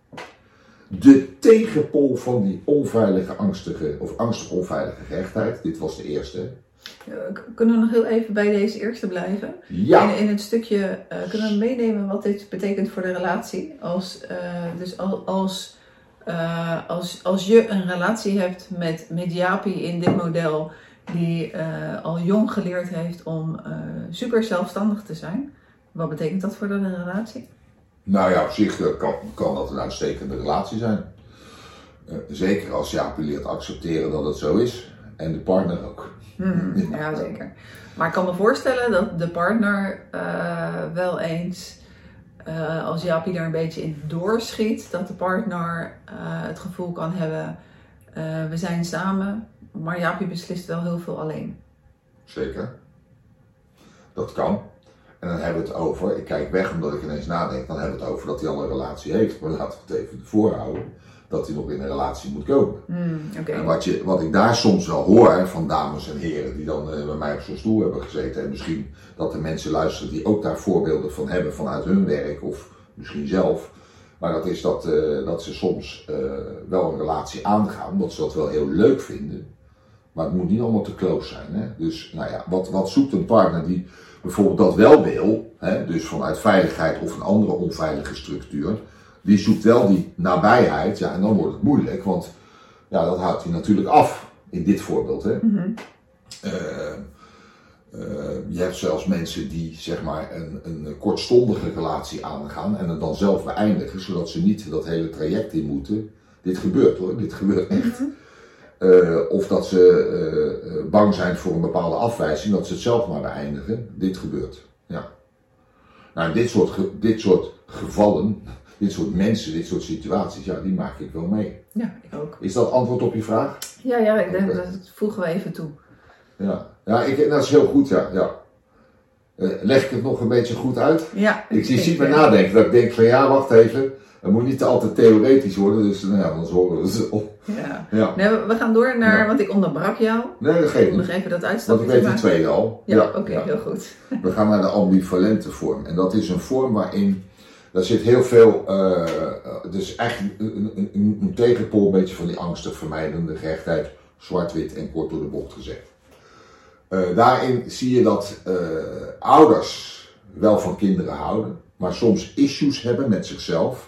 Speaker 2: De tegenpol van die onveilige, angstige of angstig onveilige gehechtheid, dit was de eerste.
Speaker 3: Kunnen we nog heel even bij deze eerste blijven?
Speaker 2: Ja.
Speaker 3: In, in het stukje uh, kunnen we meenemen wat dit betekent voor de relatie. Als, uh, dus als, als, uh, als, als je een relatie hebt met, met Jaapie in dit model, die uh, al jong geleerd heeft om uh, super zelfstandig te zijn. Wat betekent dat voor de relatie?
Speaker 2: Nou ja, op zich kan, kan dat een uitstekende relatie zijn. Uh, zeker als Jaapie leert accepteren dat het zo is. En de partner ook.
Speaker 3: Mm, ja, zeker. Maar ik kan me voorstellen dat de partner uh, wel eens, uh, als Jaapie daar een beetje in doorschiet, dat de partner uh, het gevoel kan hebben, uh, we zijn samen, maar Jaapie beslist wel heel veel alleen.
Speaker 2: Zeker. Dat kan. En dan hebben we het over, ik kijk weg omdat ik ineens nadenk, dan hebben we het over dat hij al een relatie heeft. Maar laten we het even voorhouden. dat hij nog in een relatie moet komen.
Speaker 3: Mm, okay.
Speaker 2: En wat, je, wat ik daar soms wel hoor hè, van dames en heren die dan uh, bij mij op zo'n stoel hebben gezeten. En misschien dat er mensen luisteren die ook daar voorbeelden van hebben vanuit hun werk of misschien zelf. Maar dat is dat, uh, dat ze soms uh, wel een relatie aangaan, omdat ze dat wel heel leuk vinden. Maar het moet niet allemaal te close zijn. Hè? Dus nou ja, wat, wat zoekt een partner die bijvoorbeeld dat wel wil, hè? Dus vanuit veiligheid of een andere onveilige structuur, die zoekt wel die nabijheid. Ja, en dan wordt het moeilijk, want ja, dat houdt hij natuurlijk af in dit voorbeeld. Hè?
Speaker 3: Mm-hmm.
Speaker 2: Uh, uh, je hebt zelfs mensen die zeg maar een, een kortstondige relatie aangaan en het dan zelf beëindigen, zodat ze niet dat hele traject in moeten. Dit gebeurt hoor, dit gebeurt echt.
Speaker 3: Mm-hmm.
Speaker 2: Uh, of dat ze uh, bang zijn voor een bepaalde afwijzing, dat ze het zelf maar beëindigen. Dit gebeurt. Ja. Nou, dit soort, ge- dit soort gevallen, dit soort mensen, dit soort situaties, ja, die maak ik wel mee.
Speaker 3: Ja, ik ook.
Speaker 2: Is dat antwoord op je vraag?
Speaker 3: Ja, ja, ik denk
Speaker 2: Okay.
Speaker 3: dat voegen we even toe.
Speaker 2: Ja, ja ik, dat is heel goed, ja. ja. Uh, leg ik het nog een beetje goed uit?
Speaker 3: Ja.
Speaker 2: Ik, je
Speaker 3: ik,
Speaker 2: ziet me
Speaker 3: uh,
Speaker 2: nadenken, dat ik denk van ja, wacht even. Het moet niet te altijd theoretisch worden, dus nou ja, anders horen we het op.
Speaker 3: Ja.
Speaker 2: Ja.
Speaker 3: Nee, we, we gaan door naar,
Speaker 2: Ja.
Speaker 3: want ik onderbrak jou.
Speaker 2: Nee, dat geeft
Speaker 3: Ik moet
Speaker 2: niet.
Speaker 3: nog even dat
Speaker 2: Want
Speaker 3: uitstapje
Speaker 2: ik weet de
Speaker 3: maken.
Speaker 2: tweede al.
Speaker 3: Ja, oké, okay,
Speaker 2: ja.
Speaker 3: heel goed.
Speaker 2: We gaan naar de ambivalente vorm. En dat is een vorm waarin, daar zit heel veel, uh, dus eigenlijk een, een, een, een tegenpool een beetje van die angstig vermijdende gehechtheid, zwart-wit en kort door de bocht gezegd. Uh, daarin zie je dat uh, ouders wel van kinderen houden, maar soms issues hebben met zichzelf.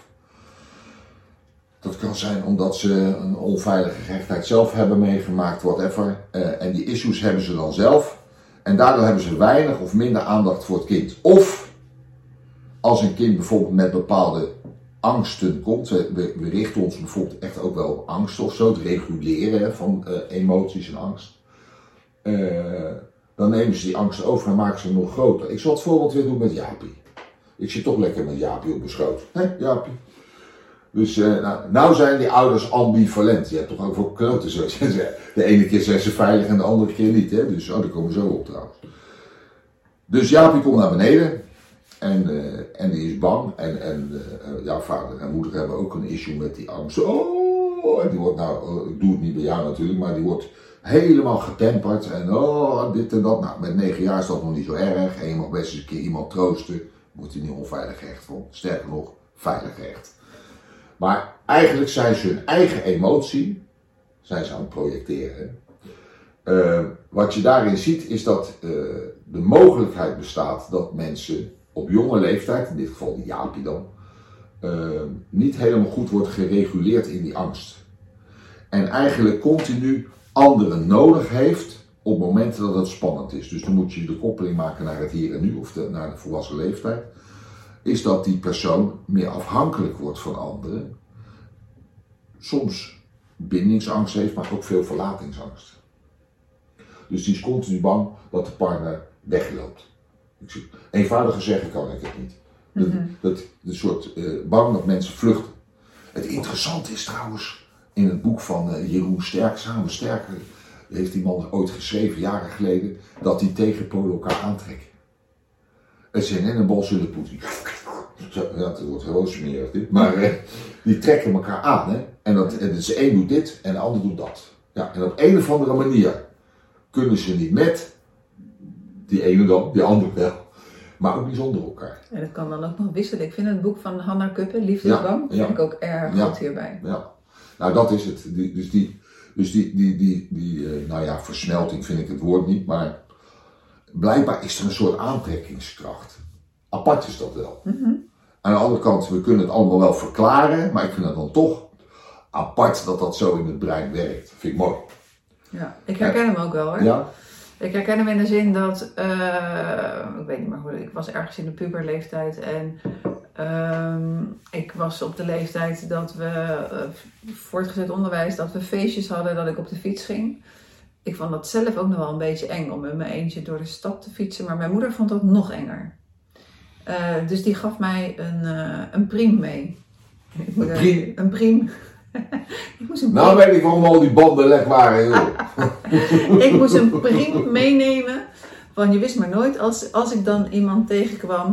Speaker 2: Dat kan zijn omdat ze een onveilige gehechtheid zelf hebben meegemaakt, whatever. Uh, en die issues hebben ze dan zelf. En daardoor hebben ze weinig of minder aandacht voor het kind. Of als een kind bijvoorbeeld met bepaalde angsten komt. We, we richten ons bijvoorbeeld echt ook wel op angst of zo. Het reguleren van uh, emoties en angst. Uh, dan nemen ze die angst over en maken ze nog groter. Ik zal het voorbeeld weer doen met Jaapie. Ik zit toch lekker met Jaapie op mijn schoot. Hé, Jaapie? Dus uh, nou, nou zijn die ouders ambivalent. Je hebt toch ook voor kloten zoals je zegt. De ene keer zijn ze veilig en de andere keer niet. Hè? Dus oh, daar komen we zo op trouwens. Dus Jaapie komt naar beneden. En, uh, en die is bang. En, en uh, ja, vader en moeder hebben ook een issue met die angst. Oh, en die wordt nou, uh, ik doe het niet bij jou natuurlijk, maar die wordt helemaal getemperd. En oh, dit en dat. Nou, met negen jaar is dat nog niet zo erg. En je mag best eens een keer iemand troosten. Wordt hij niet onveilig gehecht van. Sterker nog, veilig gehecht. Maar eigenlijk zijn ze hun eigen emotie, zijn ze aan het projecteren. Uh, wat je daarin ziet is dat uh, de mogelijkheid bestaat dat mensen op jonge leeftijd, in dit geval die Jaapie dan, uh, niet helemaal goed wordt gereguleerd in die angst. En eigenlijk continu anderen nodig heeft op momenten dat het spannend is. Dus dan moet je de koppeling maken naar het hier en nu of de, naar de volwassen leeftijd. Is dat die persoon meer afhankelijk wordt van anderen. Soms bindingsangst heeft, maar ook veel verlatingsangst. Dus die is continu bang dat de partner wegloopt. Ik zie, eenvoudiger zeggen kan ik het niet. Mm-hmm. Dat, dat, dat soort uh, bang dat mensen vluchten. Het interessante is trouwens, in het boek van uh, Jeroen Sterk, Samen Sterker, heeft die man ooit geschreven, jaren geleden, dat die tegenpolen elkaar aantrekken. Het zijn net een bal zullen poetsen. Ja, het wordt gewoon smerig dit. Maar eh, die trekken elkaar aan. Hè? En dat, en dus de een doet dit en de ander doet dat. Ja, en op een of andere manier kunnen ze niet met die ene dan, die andere wel. Maar ook niet zonder elkaar.
Speaker 3: En dat kan dan ook nog wisselen. Ik vind het boek van Hanna Kuppen, Liefdesbang, ja, ja. vind ik ook erg
Speaker 2: ja.
Speaker 3: goed hierbij.
Speaker 2: Ja, nou dat is het. Die, dus die, dus die, die, die, die uh, nou ja, versmelting vind ik het woord niet, maar blijkbaar is er een soort aantrekkingskracht. Apart is dat wel.
Speaker 3: Mm-hmm.
Speaker 2: Aan de andere kant, we kunnen het allemaal wel verklaren, maar ik vind het dan toch apart dat dat zo in het brein werkt. Vind ik mooi.
Speaker 3: Ja, ik herken hem ook wel hoor.
Speaker 2: Ja?
Speaker 3: Ik herken hem in de zin dat, uh, ik weet niet meer hoe, ik was ergens in de puberleeftijd en uh, ik was op de leeftijd dat we uh, voortgezet onderwijs, dat we feestjes hadden, dat ik op de fiets ging. Ik vond dat zelf ook nog wel een beetje eng om in mijn eentje door de stad te fietsen, maar mijn moeder vond dat nog enger. Uh, dus die gaf mij een, uh, een priem mee.
Speaker 2: Een priem?
Speaker 3: Een priem. ik moest een
Speaker 2: nou weet ik waarom al die banden leg waren. Joh.
Speaker 3: ik moest een priem meenemen. Want je wist maar nooit, als, als ik dan iemand tegenkwam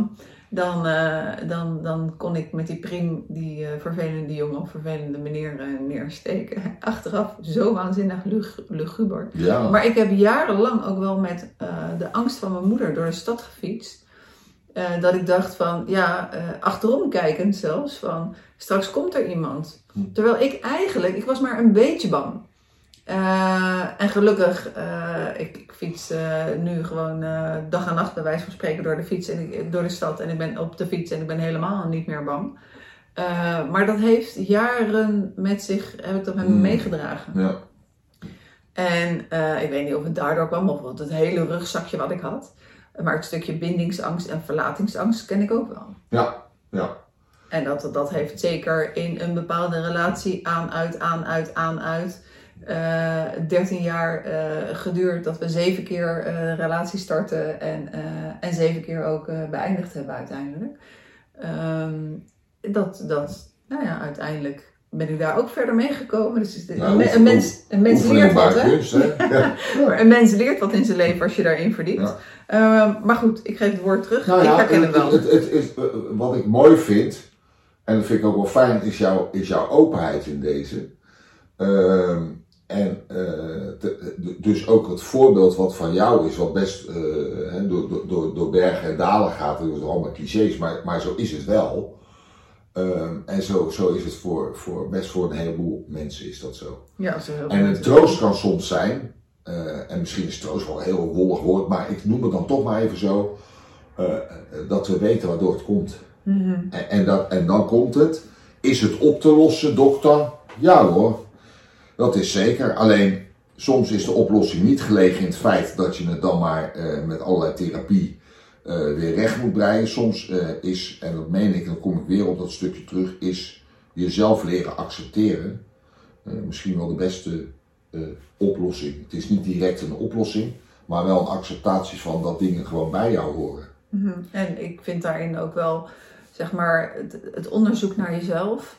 Speaker 3: dan, uh, dan, dan kon ik met die priem die uh, vervelende jongen of vervelende meneer uh, neersteken. Achteraf zo waanzinnig lug, luguber.
Speaker 2: Ja.
Speaker 3: Maar ik heb jarenlang ook wel met uh, de angst van mijn moeder door de stad gefietst. Uh, dat ik dacht van, ja, uh, achterom kijkend zelfs, van straks komt er iemand. Hm. Terwijl ik eigenlijk, ik was maar een beetje bang. Uh, en gelukkig, uh, ik, ik fiets uh, nu gewoon uh, dag en nacht bij wijze van spreken door de fiets en ik, door de stad. En ik ben op de fiets en ik ben helemaal niet meer bang. Uh, maar dat heeft jaren met zich, heb ik dat met me mm. meegedragen.
Speaker 2: Ja.
Speaker 3: En uh, ik weet niet of het daardoor kwam of het hele rugzakje wat ik had. Maar het stukje bindingsangst en verlatingsangst ken ik ook wel.
Speaker 2: Ja, ja.
Speaker 3: En dat, dat heeft zeker in een bepaalde relatie aan, uit, aan, uit, aan, uit... Uh, dertien jaar uh, geduurd dat we zeven keer uh, relatie starten en, uh, en zeven keer ook uh, beëindigd hebben uiteindelijk. Um, dat, dat, nou ja, uiteindelijk ben ik daar ook verder meegekomen. Dus de, nou, een, een mens, een mens leert wat, hè? Kunst, hè? Ja. Maar een mens leert wat in zijn leven als je daarin verdiept. Ja. Uh, maar goed, ik geef het woord terug.
Speaker 2: Nou
Speaker 3: ik
Speaker 2: ja,
Speaker 3: herken
Speaker 2: het,
Speaker 3: hem wel.
Speaker 2: Het, het, het is, uh, wat ik mooi vind, en dat vind ik ook wel fijn, is, jouw, is jouw openheid in deze. Uh, En uh, te, dus ook het voorbeeld wat van jou is, wat best uh, he, door, door, door bergen en dalen gaat, dat is allemaal clichés, maar, maar zo is het wel. Um, en zo, zo is het voor, voor, best voor een heleboel mensen is dat zo.
Speaker 3: Ja, zo heel
Speaker 2: en een troost kan soms zijn, uh, en misschien is troost wel een heel wollig woord, maar ik noem het dan toch maar even zo, uh, dat we weten waardoor het komt.
Speaker 3: Mm-hmm.
Speaker 2: En, en, dat, en dan komt het, is het op te lossen, dokter? Ja hoor. Dat is zeker, alleen soms is de oplossing niet gelegen in het feit dat je het dan maar uh, met allerlei therapie uh, weer recht moet breien. Soms uh, is, en dat meen ik, dan kom ik weer op dat stukje terug, is jezelf leren accepteren uh, misschien wel de beste uh, oplossing. Het is niet direct een oplossing, maar wel een acceptatie van dat dingen gewoon bij jou horen.
Speaker 3: Mm-hmm. En ik vind daarin ook wel, zeg maar, het, het onderzoek naar jezelf.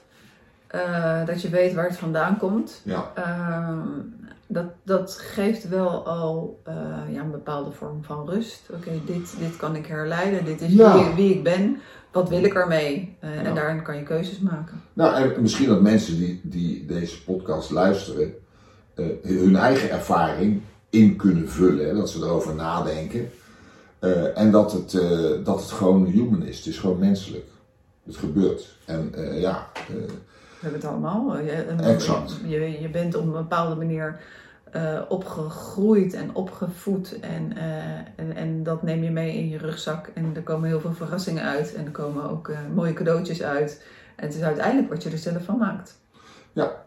Speaker 3: Uh, dat je weet waar het vandaan komt.
Speaker 2: Ja.
Speaker 3: Uh, dat, dat geeft wel al uh, ja, een bepaalde vorm van rust. Oké, okay, dit, dit kan ik herleiden. Dit is
Speaker 2: ja.
Speaker 3: wie, wie ik ben. Wat wil ik ermee? Uh,
Speaker 2: ja.
Speaker 3: En daarin kan je keuzes maken.
Speaker 2: Nou, en misschien dat mensen die, die deze podcast luisteren, uh, hun eigen ervaring in kunnen vullen. Hè, dat ze erover nadenken. Uh, en dat het, uh, dat het gewoon human is. Het is gewoon menselijk. Het gebeurt. En uh, ja... Uh,
Speaker 3: We hebben het allemaal. Je,
Speaker 2: exact.
Speaker 3: Je, je bent op een bepaalde manier uh, opgegroeid en opgevoed. En, uh, en, en dat neem je mee in je rugzak. En er komen heel veel verrassingen uit. En er komen ook uh, mooie cadeautjes uit. En het is uiteindelijk wat je er zelf van maakt.
Speaker 2: Ja.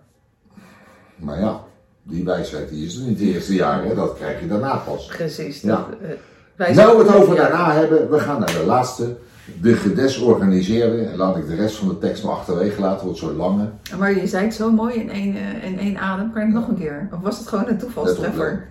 Speaker 2: Maar ja, die wijsheid die is er niet de eerste jaren. Hè? Dat krijg je daarna pas.
Speaker 3: Precies.
Speaker 2: Ja.
Speaker 3: Dat, uh, wij
Speaker 2: nou, we het over daarna hebben. We gaan naar de laatste. De gedesorganiseerde, en laat ik de rest van de tekst nog achterwege laten, wordt zo lange.
Speaker 3: Maar je zei het zo mooi in één, uh, in één adem, kan je het nog een keer? Of was het gewoon een toevalstreffer?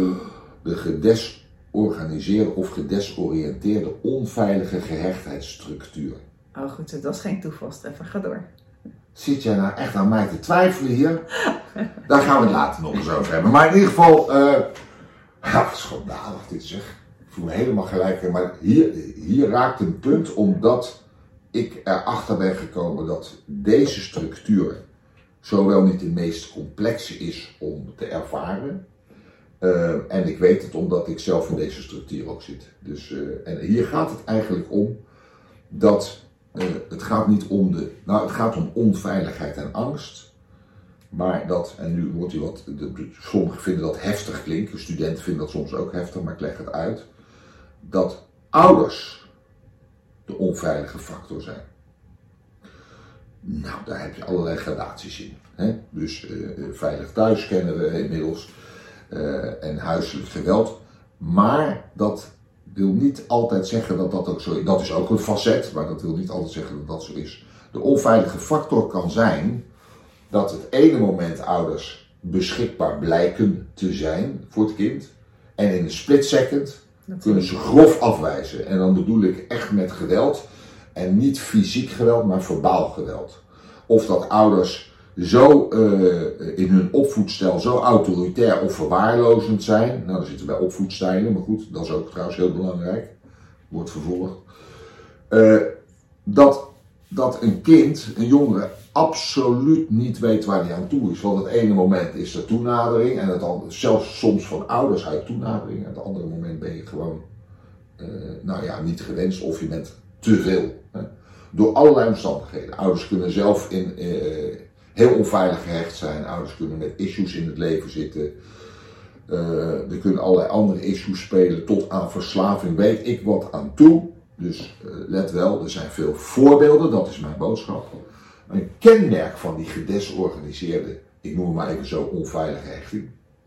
Speaker 2: De gedesorganiseerde of gedesoriënteerde onveilige gehechtheidsstructuur.
Speaker 3: Oh goed, dat is geen toevalstreffer, ga door.
Speaker 2: Zit jij nou echt aan mij te twijfelen hier? Daar gaan we het later nog eens over hebben. Maar in ieder geval, uh, ja, wat schandalig dit zeg. Ik voel me helemaal gelijk, maar hier, hier raakt een punt omdat ik erachter ben gekomen dat deze structuur zowel niet de meest complexe is om te ervaren. Uh, en ik weet het omdat ik zelf in deze structuur ook zit. Dus, uh, en hier gaat het eigenlijk om dat uh, het gaat niet om de, nou het gaat om onveiligheid en angst. Maar dat, en nu wordt hij wat, de, sommigen vinden dat heftig klinken, studenten vinden dat soms ook heftig, maar ik leg het uit. Dat ouders de onveilige factor zijn. Nou, daar heb je allerlei gradaties in. Hè? Dus uh, veilig thuis kennen we inmiddels uh, en huiselijk geweld. Maar dat wil niet altijd zeggen dat dat ook zo is. Dat is ook een facet, maar dat wil niet altijd zeggen dat dat zo is. De onveilige factor kan zijn dat het ene moment ouders beschikbaar blijken te zijn voor het kind. En in een split second kunnen ze grof afwijzen. En dan bedoel ik echt met geweld. En niet fysiek geweld, maar verbaal geweld. Of dat ouders zo uh, in hun opvoedstijl zo autoritair of verwaarlozend zijn. Nou, dan zitten we bij opvoedstijlen, maar goed, dat is ook trouwens heel belangrijk. Wordt vervolgd. Uh, dat, dat een kind, een jongere, absoluut niet weet waar hij aan toe is. Want het ene moment is er toenadering en het andere, zelfs soms van ouders uit toenadering. En het andere moment ben je gewoon, uh, nou ja, niet gewenst of je bent te veel. Hè. Door allerlei omstandigheden. Ouders kunnen zelf in, uh, heel onveilig gehecht zijn. Ouders kunnen met issues in het leven zitten. Uh, er kunnen allerlei andere issues spelen tot aan verslaving. Weet ik wat aan toe. Dus uh, let wel, er zijn veel voorbeelden, dat is mijn boodschap. Een kenmerk van die gedesorganiseerde, ik noem het maar even zo, onveilige hechting,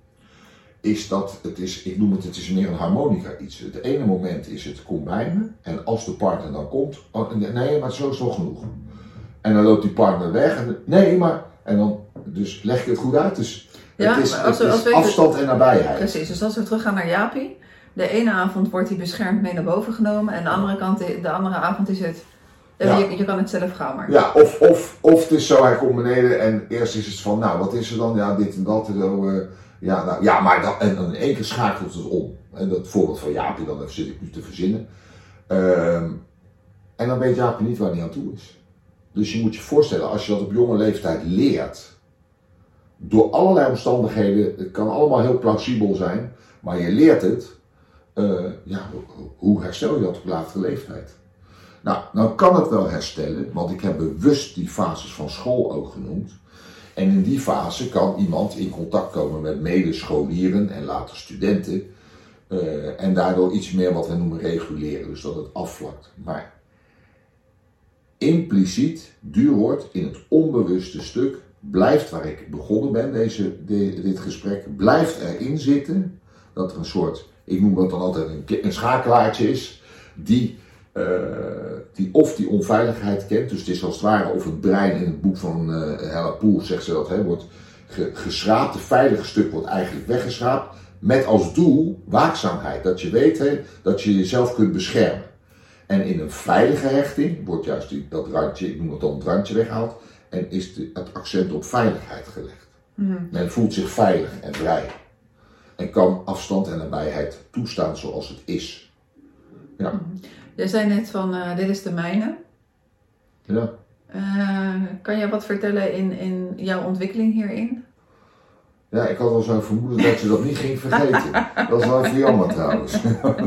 Speaker 2: is dat het is, ik noem het, het is meer een harmonica iets. Het ene moment is het combijnen en als de partner dan komt, oh, nee, maar zo is het wel genoeg. En dan loopt die partner weg en nee, maar, en dan, dus leg ik het goed uit. Dus ja, het is, als we, het is als afstand het, en nabijheid.
Speaker 3: Precies, dus als we teruggaan naar Jaapie. De ene avond wordt hij beschermd mee naar boven genomen en de andere, kant, de andere avond is het, ja. je, je kan het zelf gaan maar.
Speaker 2: Ja, of, of, of het is zo, hij komt beneden en eerst is het van, nou wat is er dan? Ja, dit en dat en zo. Uh, ja, nou, ja, maar dan, en dan in één keer schakelt het om. En dat voorbeeld van Jaapie, dan zit ik nu te verzinnen. Uh, en dan weet Jaapie niet waar hij aan toe is. Dus je moet je voorstellen, als je dat op jonge leeftijd leert, door allerlei omstandigheden, het kan allemaal heel plausibel zijn, maar je leert het. Uh, ja, hoe herstel je dat op latere leeftijd? Nou, nou kan het wel herstellen, want ik heb bewust die fases van school ook genoemd. En in die fase kan iemand in contact komen met medescholieren en later studenten. Uh, en daardoor iets meer wat we noemen reguleren, dus dat het afvlakt. Maar impliciet, duur woord, in het onbewuste stuk, blijft waar ik begonnen ben, deze, de, dit gesprek, blijft erin zitten dat er een soort, ik noem dat dan altijd een, een schakelaartje is, die, uh, die of die onveiligheid kent, dus het is als het ware of het brein in het boek van uh, Hella Poel, zegt ze dat, hè, wordt ge, geschraapt, het veilige stuk wordt eigenlijk weggeschraapt, met als doel waakzaamheid, dat je weet hè, dat je jezelf kunt beschermen. En in een veilige hechting wordt juist die, dat randje, ik noem het dan het randje weggehaald, en is de, het accent op veiligheid gelegd. Mm-hmm. Men voelt zich veilig en vrij. En kan afstand en nabijheid toestaan zoals het is. Ja.
Speaker 3: Mm-hmm. Jij zei net van, uh, dit is de mijne.
Speaker 2: Ja.
Speaker 3: Uh, kan je wat vertellen in, in jouw ontwikkeling hierin?
Speaker 2: Ja, ik had wel zo'n vermoeden dat je dat niet ging vergeten. Dat is wel even jammer trouwens.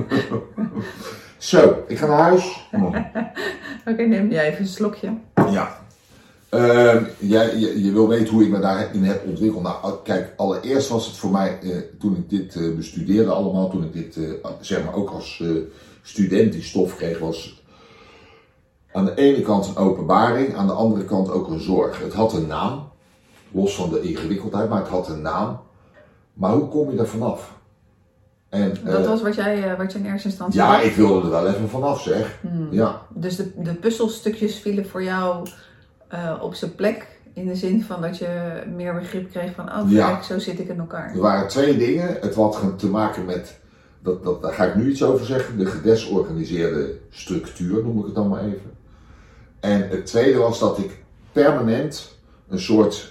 Speaker 2: Zo, ik ga naar huis. Oh.
Speaker 3: Oké, okay, neem jij even een slokje.
Speaker 2: Ja. Uh, jij, je, je wil weten hoe ik me daarin heb ontwikkeld. Nou, kijk, allereerst was het voor mij, uh, toen ik dit uh, bestudeerde allemaal, toen ik dit, uh, zeg maar, ook als uh, student die stof kreeg, was aan de ene kant een openbaring, aan de andere kant ook een zorg. Het had een naam, los van de ingewikkeldheid, maar het had een naam. Maar hoe kom je er vanaf?
Speaker 3: En, dat uh, was wat jij, uh, wat je in eerste instantie
Speaker 2: Ja, had. Ik wilde er wel even vanaf, zeg. Hmm. Ja.
Speaker 3: Dus de, de puzzelstukjes vielen voor jou uh, op zijn plek, in de zin van dat je meer begrip kreeg van, oh ja. Kijk, zo zit ik in elkaar.
Speaker 2: Er waren twee dingen. Het had te maken met, dat, dat, daar ga ik nu iets over zeggen, de gedesorganiseerde structuur, noem ik het dan maar even. En het tweede was dat ik permanent een soort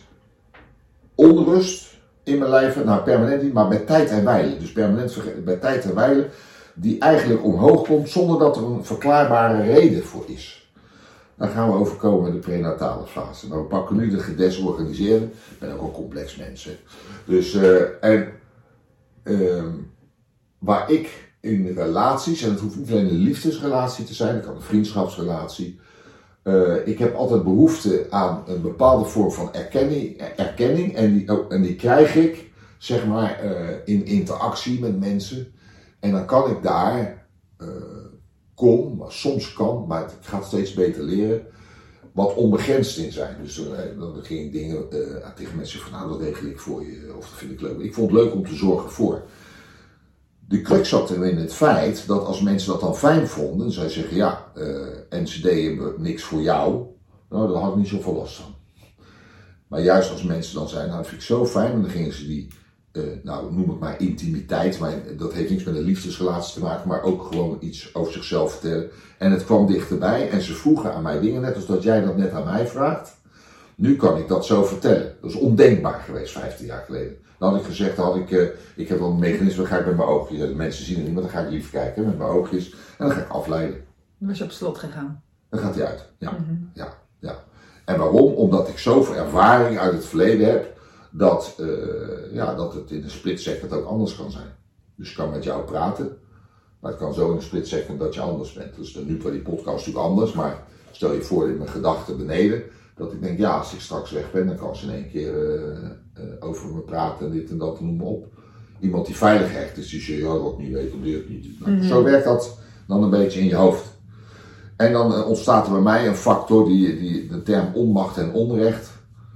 Speaker 2: onrust in mijn lijf, nou permanent niet, maar bij tijd en wijle. Dus permanent bij tijd en wijle, die eigenlijk omhoog komt zonder dat er een verklaarbare reden voor is. Dan gaan we overkomen de prenatale fase. Nou, we pakken nu de gedesorganiseerde. Ik ben ook een complex mens. Hè. Dus, uh, en uh, waar ik in relaties, en het hoeft niet alleen een liefdesrelatie te zijn, het kan een vriendschapsrelatie. Uh, ik heb altijd behoefte aan een bepaalde vorm van erkenning, erkenning en, die, oh, en die krijg ik, zeg maar, uh, in interactie met mensen. En dan kan ik daar, uh, kon, maar soms kan, maar ik ga het steeds beter leren, wat onbegrensd in zijn. Dus uh, dan ging ik dingen uh, tegen mensen van, nou dat regel ik voor je, of dat vind ik leuk. Ik vond het leuk om te zorgen voor. De crux zat er in het feit dat als mensen dat dan fijn vonden, zij zeggen ja, uh, en ze deden niks voor jou, nou daar had ik niet zoveel last van. Maar juist als mensen dan zeiden, nou dat vind ik zo fijn, en dan gingen ze die, uh, nou noem het maar intimiteit, maar dat heeft niks met een liefdesrelatie te maken, maar ook gewoon iets over zichzelf vertellen. En het kwam dichterbij en ze vroegen aan mij dingen, net als dat jij dat net aan mij vraagt. Nu kan ik dat zo vertellen. Dat is ondenkbaar geweest vijftien jaar geleden. Dan had ik gezegd, had ik, uh, ik heb wel een mechanisme, dan ga ik met mijn oogjes, de mensen zien het niet, maar dan ga ik liever kijken met mijn oogjes en dan ga ik afleiden.
Speaker 3: Dan was je op slot gegaan.
Speaker 2: Dan gaat hij uit, ja.
Speaker 3: Mm-hmm.
Speaker 2: ja, ja. En waarom? Omdat ik zoveel ervaring uit het verleden heb, dat, uh, ja, dat het in een split second ook anders kan zijn. Dus ik kan met jou praten, maar het kan zo in een split second dat je anders bent. Dus nu qua die podcast natuurlijk anders, maar stel je voor in mijn gedachten beneden, dat ik denk, ja, als ik straks weg ben, dan kan ze in één keer uh, uh, over me praten en dit en dat en noem maar op. Iemand die veilig hecht is, die zegt, ja, wat ik niet weet, probeer het niet. Nou, mm-hmm. Zo werkt dat dan een beetje in je hoofd. En dan uh, ontstaat er bij mij een factor, die, die de term onmacht en onrecht.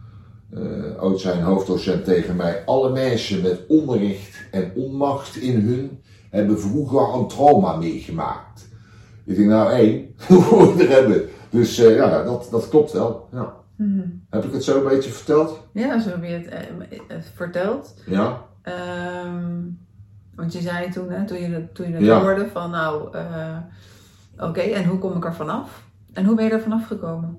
Speaker 2: Uh, ooit zei een hoofddocent tegen mij, alle mensen met onrecht en onmacht in hun hebben vroeger een trauma meegemaakt. Ik denk, nou één, hoe we er hebben. Dus uh, ja, dat, dat klopt wel. Ja. Mm-hmm. Heb ik het zo een beetje verteld?
Speaker 3: Ja, zo heb je het uh, verteld.
Speaker 2: Ja.
Speaker 3: Um, want je zei toen, hè, toen je het, toen je het
Speaker 2: ja.
Speaker 3: hoorde van nou, uh, oké, okay, en hoe kom ik er vanaf? En hoe ben je er vanaf gekomen?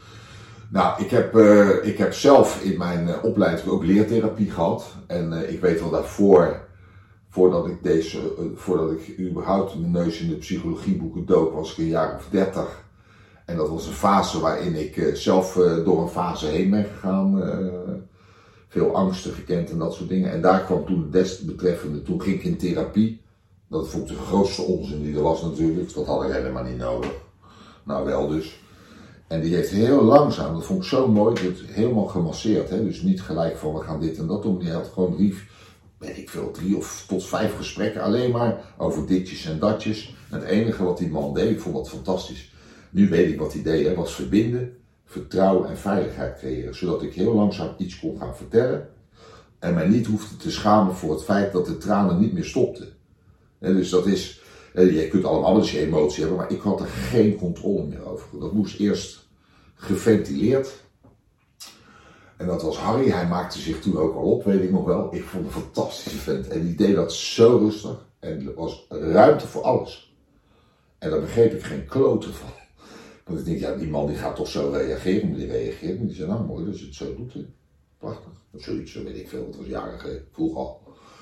Speaker 2: Nou, ik heb, uh, ik heb zelf in mijn uh, opleiding ook leertherapie gehad. En uh, ik weet wel daarvoor, voordat ik, deze, uh, voordat ik überhaupt mijn neus in de psychologieboeken dook, was ik een jaar of dertig. En dat was een fase waarin ik uh, zelf uh, door een fase heen ben gegaan. Uh, veel angsten gekend en dat soort dingen. En daar kwam toen het desbetreffende, toen ging ik in therapie. Dat vond ik de grootste onzin die er was natuurlijk. Dat had ik helemaal niet nodig. Nou wel dus. En die heeft heel langzaam, dat vond ik zo mooi, het helemaal gemasseerd. Hè? Dus niet gelijk van we gaan dit en dat doen. Die had gewoon drie, weet ik veel, drie of tot vijf gesprekken alleen maar over ditjes en datjes. En het enige wat die man deed, ik vond dat fantastisch. Nu weet ik wat hij deed, hè, was verbinden, vertrouwen en veiligheid creëren. Zodat ik heel langzaam iets kon gaan vertellen. En mij niet hoefde te schamen voor het feit dat de tranen niet meer stopten. En dus dat is, je kunt allemaal dus je emotie hebben, maar ik had er geen controle meer over. Dat moest eerst geventileerd. En dat was Harry, hij maakte zich toen ook al op, weet ik nog wel. Ik vond een fantastische vent. En die deed dat zo rustig. En er was ruimte voor alles. En daar begreep ik geen klote van. Want ik denk, ja, die man die gaat toch zo reageren, maar die reageert. En die zei, nou mooi dat je het zo doet. Hè. Prachtig. Of zoiets, zo weet ik veel, het was jaren geleden, vroeg al.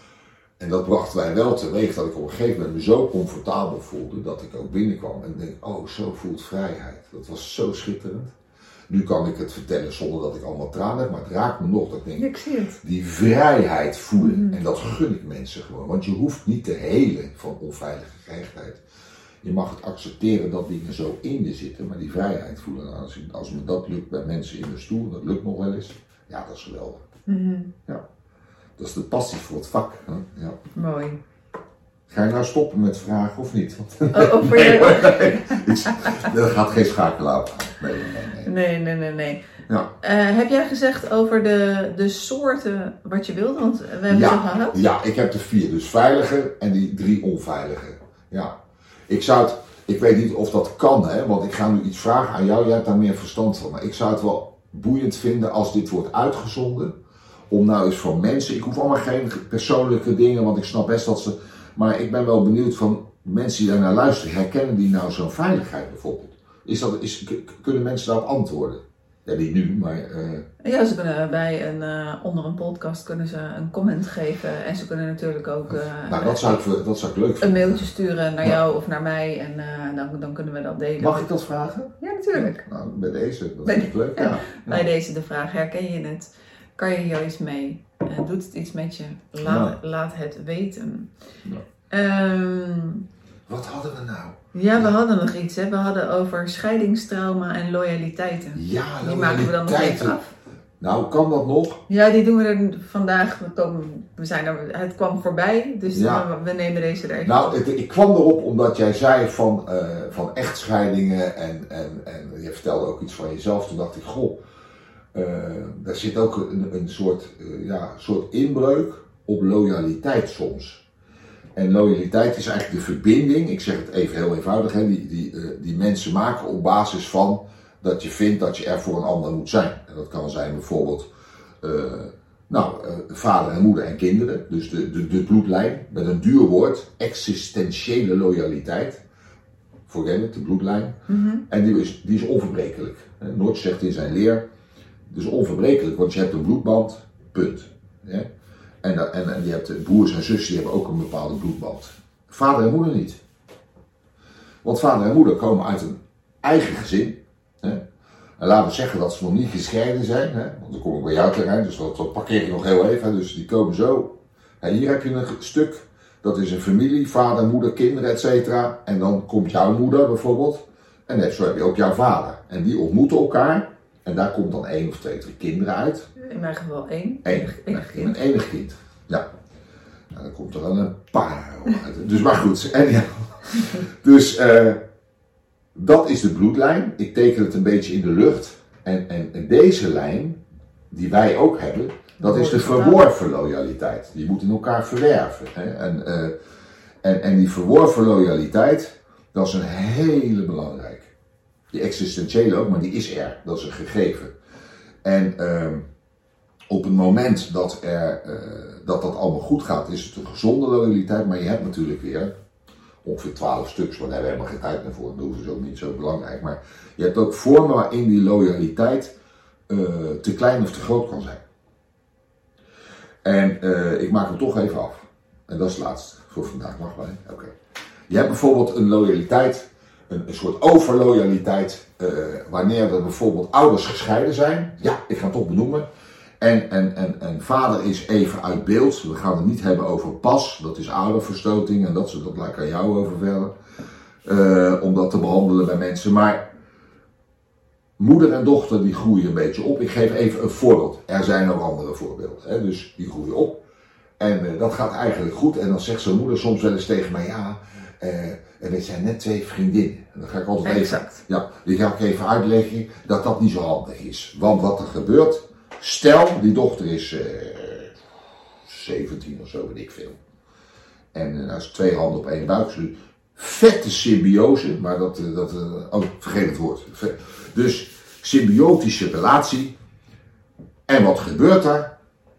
Speaker 2: En dat brachten wij wel teweeg dat ik op een gegeven moment me zo comfortabel voelde dat ik ook binnenkwam en denk, oh, zo voelt vrijheid. Dat was zo schitterend. Nu kan ik het vertellen zonder dat ik allemaal tranen heb, maar het raakt me nog dat ik denk,
Speaker 3: ik zie het.
Speaker 2: Die vrijheid voelen.
Speaker 3: Mm.
Speaker 2: En dat gun ik mensen gewoon. Want je hoeft niet te helen van onveilige gehechtheid. Je mag het accepteren dat dingen zo in je zitten, maar die vrijheid voelen. Nou, als, als me dat lukt bij mensen in de stoel, dat lukt nog wel eens, ja, dat is geweldig.
Speaker 3: Mm-hmm.
Speaker 2: Ja. Dat is de passie voor het vak. Hè? Ja.
Speaker 3: Mooi.
Speaker 2: Ga je nou stoppen met vragen of niet?
Speaker 3: Want, oh, oh, voor nee,
Speaker 2: je... nee, nee, dat gaat geen schakelaar. Nee, nee, nee.
Speaker 3: Nee, nee, nee. nee.
Speaker 2: Ja.
Speaker 3: Uh, heb jij gezegd over de, de soorten wat je wilt? Want we hebben
Speaker 2: ja,
Speaker 3: het gehad.
Speaker 2: Ja, ik heb de vier. Dus veilige en die drie onveilige. Ja. Ik zou het, ik weet niet of dat kan, hè, want ik ga nu iets vragen aan jou. Jij hebt daar meer verstand van. Maar ik zou het wel boeiend vinden als dit wordt uitgezonden. Om nou eens van mensen, ik hoef allemaal geen persoonlijke dingen, want ik snap best dat ze... Maar ik ben wel benieuwd van mensen die daar naar luisteren, herkennen die nou zo'n veiligheid bijvoorbeeld? Is dat, is, kunnen mensen daarop antwoorden? Ja, niet nu, maar... Uh...
Speaker 3: Ja, ze kunnen bij een, uh, onder een podcast kunnen ze een comment geven. En ze kunnen natuurlijk ook uh,
Speaker 2: nou, dat zou ik, dat zou ik leuk vinden.
Speaker 3: Een mailtje sturen naar jou of naar mij en uh, dan, dan kunnen we dat delen.
Speaker 2: Mag ik dat vragen?
Speaker 3: Ja, natuurlijk.
Speaker 2: Nou, bij deze, dat
Speaker 3: bij
Speaker 2: vind ik leuk. Ja. Ja.
Speaker 3: Bij deze de vraag, herken je het? Kan je hier iets mee? Uh, doet het iets met je? Laat, ja. laat het weten. Ja. Um,
Speaker 2: Wat hadden we nou?
Speaker 3: Ja, we ja. hadden nog iets. Hè? We hadden over scheidingstrauma en loyaliteiten.
Speaker 2: Ja,
Speaker 3: die loyaliteiten. maken we dan nog even af.
Speaker 2: Nou, kan dat nog?
Speaker 3: Ja, die doen we er vandaag. We, komen, we zijn er, het kwam voorbij, dus
Speaker 2: ja.
Speaker 3: we, we nemen deze er even
Speaker 2: Nou,
Speaker 3: op.
Speaker 2: ik, ik kwam erop omdat jij zei van, uh, van echtscheidingen en, en, en je vertelde ook iets van jezelf. Toen dacht ik, goh, uh, daar zit ook een, een soort, uh, ja, soort inbreuk op loyaliteit soms. En loyaliteit is eigenlijk de verbinding, ik zeg het even heel eenvoudig, hè, die, die, uh, die mensen maken op basis van dat je vindt dat je er voor een ander moet zijn. En dat kan zijn bijvoorbeeld uh, nou, uh, vader en moeder en kinderen, dus de, de, de bloedlijn, met een duur woord, existentiële loyaliteit. Forget it, de bloedlijn. Mm-hmm. En die is, die is onverbrekelijk. Noord zegt in zijn leer, dus onverbrekelijk, want je hebt een bloedband, punt. Ja? En, en, en je hebt broers en zussen, die hebben ook een bepaalde bloedband. Vader en moeder niet. Want vader en moeder komen uit een eigen gezin. Hè? En laten we zeggen dat ze nog niet gescheiden zijn. Hè? Want dan kom ik bij jouw terrein, dus dat, dat parkeer ik nog heel even. Hè? Dus die komen zo. En hier heb je een stuk. Dat is een familie, vader, moeder, kinderen, et cetera. En dan komt jouw moeder bijvoorbeeld. En zo heb je ook jouw vader. En die ontmoeten elkaar. En daar komt dan één of twee, drie kinderen uit.
Speaker 3: In mijn geval één.
Speaker 2: Eén.
Speaker 3: Enig kind.
Speaker 2: Een enig kind. Ja. Nou, dan komt er dan een paar uit. Dus maar goed. En ja. Dus uh, dat is de bloedlijn. Ik teken het een beetje in de lucht. En, en, en deze lijn, die wij ook hebben, dat is de verworven loyaliteit. Die moet in elkaar verwerven. Hè? En, uh, en, en die verworven loyaliteit, dat is een hele belangrijke. Die existentiële ook, maar die is er. Dat is een gegeven. En uh, op het moment dat, er, uh, dat dat allemaal goed gaat, is het een gezonde loyaliteit. Maar je hebt natuurlijk weer ongeveer twaalf stuks, maar daar hebben we helemaal geen tijd meer voor. Dat is ook niet zo belangrijk. Maar je hebt ook vormen waarin die loyaliteit uh, te klein of te groot kan zijn. En uh, ik maak hem toch even af. En dat is het laatste voor vandaag. Mag wel, hè? Oké. Okay. Je hebt bijvoorbeeld een loyaliteit, een, een soort overloyaliteit, uh, wanneer er bijvoorbeeld ouders gescheiden zijn. Ja, ik ga het toch benoemen. En, en, en, en vader is even uit beeld. We gaan het niet hebben over pas. Dat is ouderverstoting en dat soort. Dat laat ik aan jou over verder. Uh, om dat te behandelen bij mensen. Maar moeder en dochter die groeien een beetje op. Ik geef even een voorbeeld. Er zijn ook andere voorbeelden. Hè? Dus die groeien op. En uh, dat gaat eigenlijk goed. En dan zegt zo'n moeder soms wel eens tegen mij. Ja, uh, er zijn net twee vriendinnen. En dan ga ik altijd
Speaker 3: exact.
Speaker 2: even, ja, die ga ik even uitleggen dat dat niet zo handig is. Want wat er gebeurt. Stel, die dochter is uh, zeventien of zo, weet ik veel. En uh, nou is twee handen op één buik. Dus vette symbiose, maar dat, uh, dat uh, oh, vergeet het woord. Dus symbiotische relatie. En wat gebeurt er?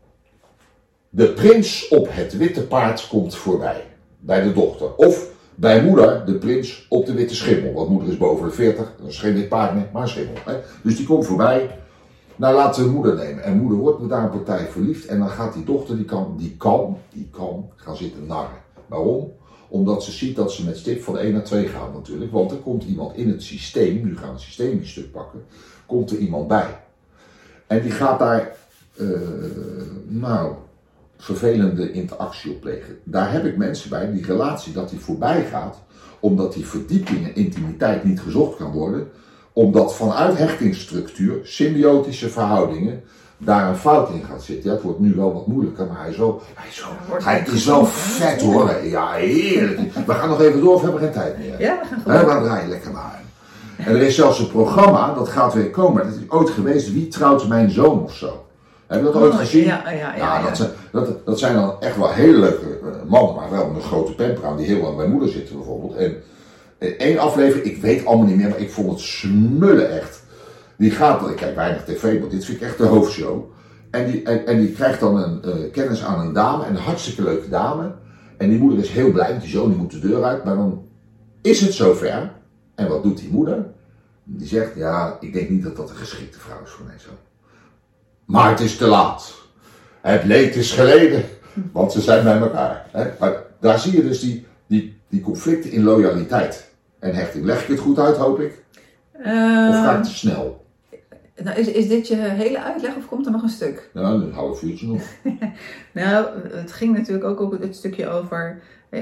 Speaker 2: De prins op het witte paard komt voorbij. Bij de dochter. Of bij moeder, de prins op de witte schimmel. Want moeder is boven de veertig, dat is geen wit paard meer, maar een schimmel. Hè? Dus die komt voorbij. Nou, laten we moeder nemen. En moeder wordt met daar een partij verliefd. En dan gaat die dochter, die kan, die kan, die kan gaan zitten narren. Waarom? Omdat ze ziet dat ze met stip van één naar twee gaat natuurlijk. Want er komt iemand in het systeem, nu gaan we het systemisch stuk pakken, komt er iemand bij. En die gaat daar, uh, nou, vervelende interactie op plegen. Daar heb ik mensen bij, die relatie dat die voorbij gaat, omdat die verdieping en intimiteit niet gezocht kan worden, omdat vanuit hechtingsstructuur, symbiotische verhoudingen, daar een fout in gaat zitten. Ja, het wordt nu wel wat moeilijker, maar hij is wel, hij is wel, hij is wel vet hoor. Ja, heerlijk. We gaan nog even door, of we hebben geen tijd meer.
Speaker 3: Ja, we gaan gewoon.
Speaker 2: We gaan draaien lekker naar hem. En er is zelfs een programma, dat gaat weer komen. Dat is ooit geweest, Wie trouwt mijn zoon of zo. Heb je dat ooit gezien?
Speaker 3: Ja, ja, ja.
Speaker 2: ja,
Speaker 3: ja.
Speaker 2: Dat, zijn, dat, dat zijn dan echt wel hele leuke mannen, maar wel met een grote pamper aan, die heel lang bij moeder zitten bijvoorbeeld. En één aflevering, ik weet allemaal niet meer, maar ik vond het smullen echt. Die gaat, ik kijk weinig tv, maar dit vind ik echt de hoofdshow. En die, en, en die krijgt dan een uh, kennis aan een dame, een hartstikke leuke dame. En die moeder is heel blij, want die zoon die moet de deur uit. Maar dan is het zover. En wat doet die moeder? Die zegt, ja, ik denk niet dat dat een geschikte vrouw is voor mijn zoon. Maar het is te laat. Het leed is geleden, want ze zijn bij elkaar. Hè? Maar daar zie je dus die, die, die conflicten in loyaliteit en hechting. Leg ik het goed uit, hoop ik? Uh, of gaat het te snel?
Speaker 3: Nou, is, is dit je hele uitleg of komt er nog een stuk?
Speaker 2: Ja, een half uurtje nog.
Speaker 3: Nou, het ging natuurlijk ook op het stukje over eh,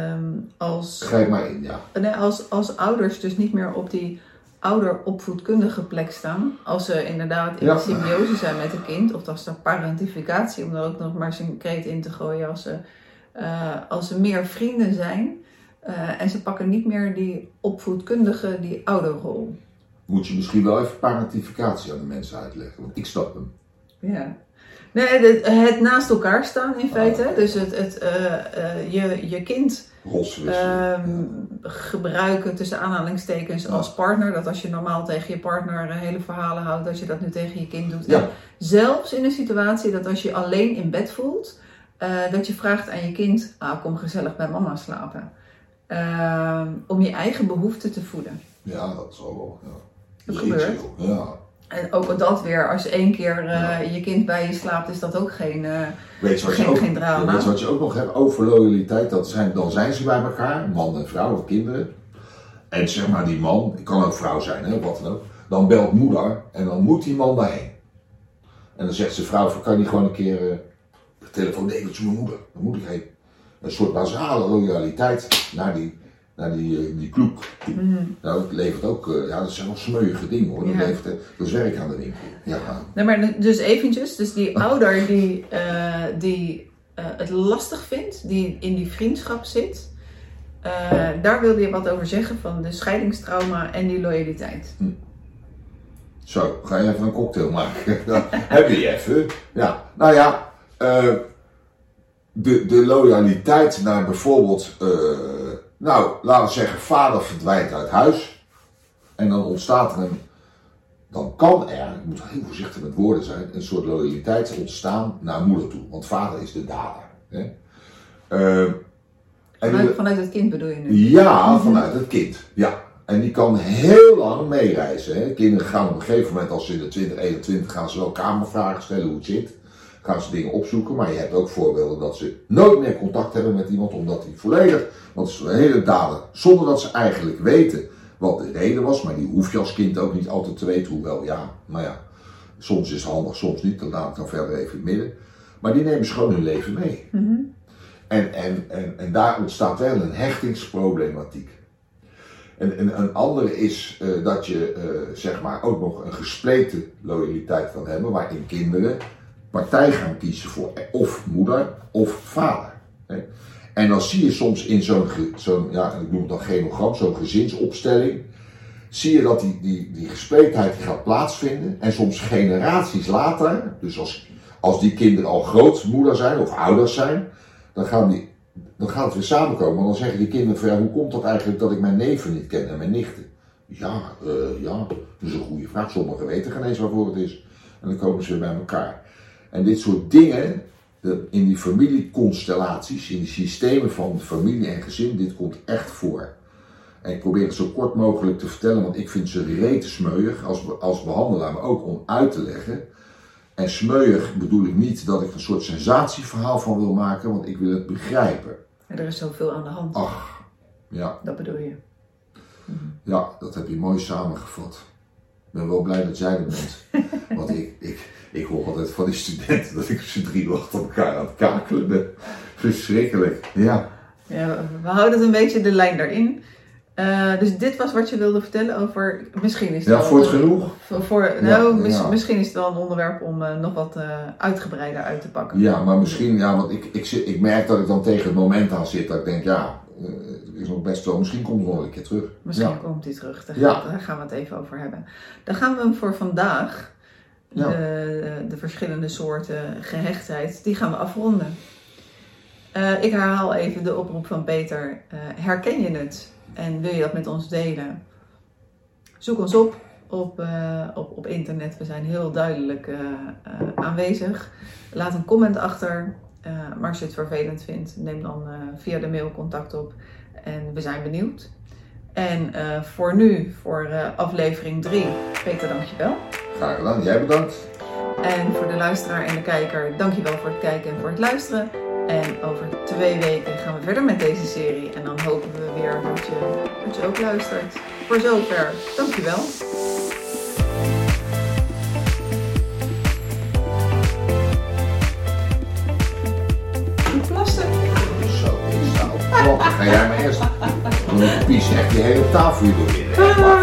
Speaker 3: als,
Speaker 2: Grijp maar in, ja.
Speaker 3: Nee, als, als ouders dus niet meer op die ouderopvoedkundige plek staan. Als ze inderdaad in ja. symbiose zijn met een kind. Of als er parentificatie, om daar ook nog maar zijn kreet in te gooien. Als ze, uh, als ze meer vrienden zijn. Uh, en ze pakken niet meer die opvoedkundige, die ouderrol.
Speaker 2: Moet je misschien wel even parentificatie aan de mensen uitleggen, want ik snap hem.
Speaker 3: Ja. Nee, het, het naast elkaar staan in feite. Ah, dus het, het, uh, uh, je, je kind uh, ja. gebruiken tussen aanhalingstekens ja. als partner. Dat als je normaal tegen je partner hele verhalen houdt, dat je dat nu tegen je kind doet.
Speaker 2: Ja.
Speaker 3: En zelfs in een situatie dat als je alleen in bed voelt, uh, dat je vraagt aan je kind, ah, kom gezellig bij mama slapen. Uh, om je eigen behoeften te voeden.
Speaker 2: Ja, dat is wel. Ja.
Speaker 3: Dat gebeurt.
Speaker 2: Ja.
Speaker 3: En ook dat weer, als één keer uh, ja. je kind bij je slaapt, is dat ook geen, uh,
Speaker 2: weet je wat
Speaker 3: geen,
Speaker 2: je ook,
Speaker 3: geen drama.
Speaker 2: Ja, weet je wat je ook nog hebt over loyaliteit? Dat zijn, dan zijn ze bij elkaar, man en vrouw of kinderen. En zeg maar die man, het kan ook vrouw zijn, hè, wat dan ook. Dan belt moeder en dan moet die man daarheen. En dan zegt zijn vrouw, kan je niet gewoon een keer uh, de telefoon, nee, dat is mijn moeder, daar moet ik heen. Een soort basale loyaliteit naar die, naar die, uh, die kloek. Mm-hmm. Nou, dat levert ook, uh, ja, dat zijn wel smeuïge dingen hoor, dat ja. levert, uh, dat is werk aan de winkel. Ja.
Speaker 3: Nee, maar dus eventjes, dus die ouder die, uh, die uh, het lastig vindt, die in die vriendschap zit, uh, daar wilde je wat over zeggen van de scheidingstrauma en die loyaliteit. Hm.
Speaker 2: Zo, ga je even een cocktail maken? Heb je even? Ja, nou ja, uh, de, de loyaliteit naar bijvoorbeeld, uh, nou, laten we zeggen, vader verdwijnt uit huis. En dan ontstaat er een, dan kan er, ik moet heel voorzichtig met woorden zijn, een soort loyaliteit ontstaan naar moeder toe. Want vader is de dader. Hè? Uh,
Speaker 3: vanuit, en, vanuit het kind bedoel je nu?
Speaker 2: Ja, vanuit het kind, ja. En die kan heel lang meereizen. Hè. Kinderen gaan op een gegeven moment, als ze in de twintig, eenentwintig, gaan ze wel kamervragen stellen hoe het zit. Gaan ze dingen opzoeken. Maar je hebt ook voorbeelden dat ze nooit meer contact hebben met iemand. Omdat die volledig, want het is een hele dader. Zonder dat ze eigenlijk weten wat de reden was. Maar die hoef je als kind ook niet altijd te weten. Hoewel ja, nou ja. Soms is het handig, soms niet. Dat laat ik dan verder even in het midden. Maar die nemen ze gewoon hun leven mee. Mm-hmm. En, en, en, en daar ontstaat wel een hechtingsproblematiek. En, en een andere is uh, dat je uh, zeg maar ook nog een gespleten loyaliteit kan hebben, waarin kinderen partij gaan kiezen voor of moeder of vader. Hè. En dan zie je soms in zo'n, zo'n ja, ik noem het dan genogram, zo'n gezinsopstelling, zie je dat die, die, die gespletenheid die gaat plaatsvinden en soms generaties later, dus als, als die kinderen al grootmoeder zijn of ouders zijn, dan gaan die Dan gaat het weer samenkomen, want dan zeggen die kinderen van ja, hoe komt dat eigenlijk dat ik mijn neven niet ken en mijn nichten? Ja, uh, ja, dat is een goede vraag. Sommigen weten geen eens waarvoor het is. En dan komen ze weer bij elkaar. En dit soort dingen, de, in die familieconstellaties, in die systemen van familie en gezin, dit komt echt voor. En ik probeer het zo kort mogelijk te vertellen, want ik vind ze rete smeuig als, als behandelaar, maar ook om uit te leggen. En smeuig bedoel ik niet dat ik een soort sensatieverhaal van wil maken, want ik wil het begrijpen.
Speaker 3: Ja, er is zoveel aan de hand.
Speaker 2: Ach, ja.
Speaker 3: Dat bedoel je?
Speaker 2: Mm-hmm. Ja, dat heb je mooi samengevat. Ik ben wel blij dat jij er bent. Want ik, ik, ik hoor altijd van die studenten dat ik ze drie achter elkaar aan het kakelen ben. Verschrikkelijk, ja.
Speaker 3: Ja, we houden een beetje de lijn daarin. Uh, dus dit was wat je wilde vertellen over, misschien is het
Speaker 2: ja,
Speaker 3: wel,
Speaker 2: voor het genoeg.
Speaker 3: Voor, voor, nou, ja, mis, ja. Misschien is het wel een onderwerp om uh, nog wat uh, uitgebreider uit te pakken.
Speaker 2: Ja, maar misschien, ja, want ik, ik, ik merk dat ik dan tegen het moment aan zit dat ik denk, ja, uh, is nog best wel, misschien komt het nog een keer terug.
Speaker 3: Misschien
Speaker 2: ja.
Speaker 3: komt hij terug, daar, ja. gaat, daar gaan we het even over hebben. Dan gaan we hem voor vandaag, ja. de, de verschillende soorten gehechtheid, die gaan we afronden. Uh, ik herhaal even de oproep van Peter, uh, herken je het? En wil je dat met ons delen? Zoek ons op op, uh, op, op internet. We zijn heel duidelijk uh, uh, aanwezig. Laat een comment achter. Uh, maar als je het vervelend vindt, neem dan uh, via de mail contact op. En we zijn benieuwd. En uh, voor nu, voor uh, aflevering drie. Peter, dankjewel.
Speaker 2: Graag gedaan. Jij bedankt.
Speaker 3: En voor de luisteraar en de kijker, dankjewel voor het kijken en voor het luisteren. En over twee weken gaan we verder met deze serie. En dan hopen we weer dat je, dat je ook luistert. Voor zover, dankjewel. Plassen.
Speaker 2: Zo, is nou. Dan ga jij maar eerst. Dan pies echt die hele tafel hier door.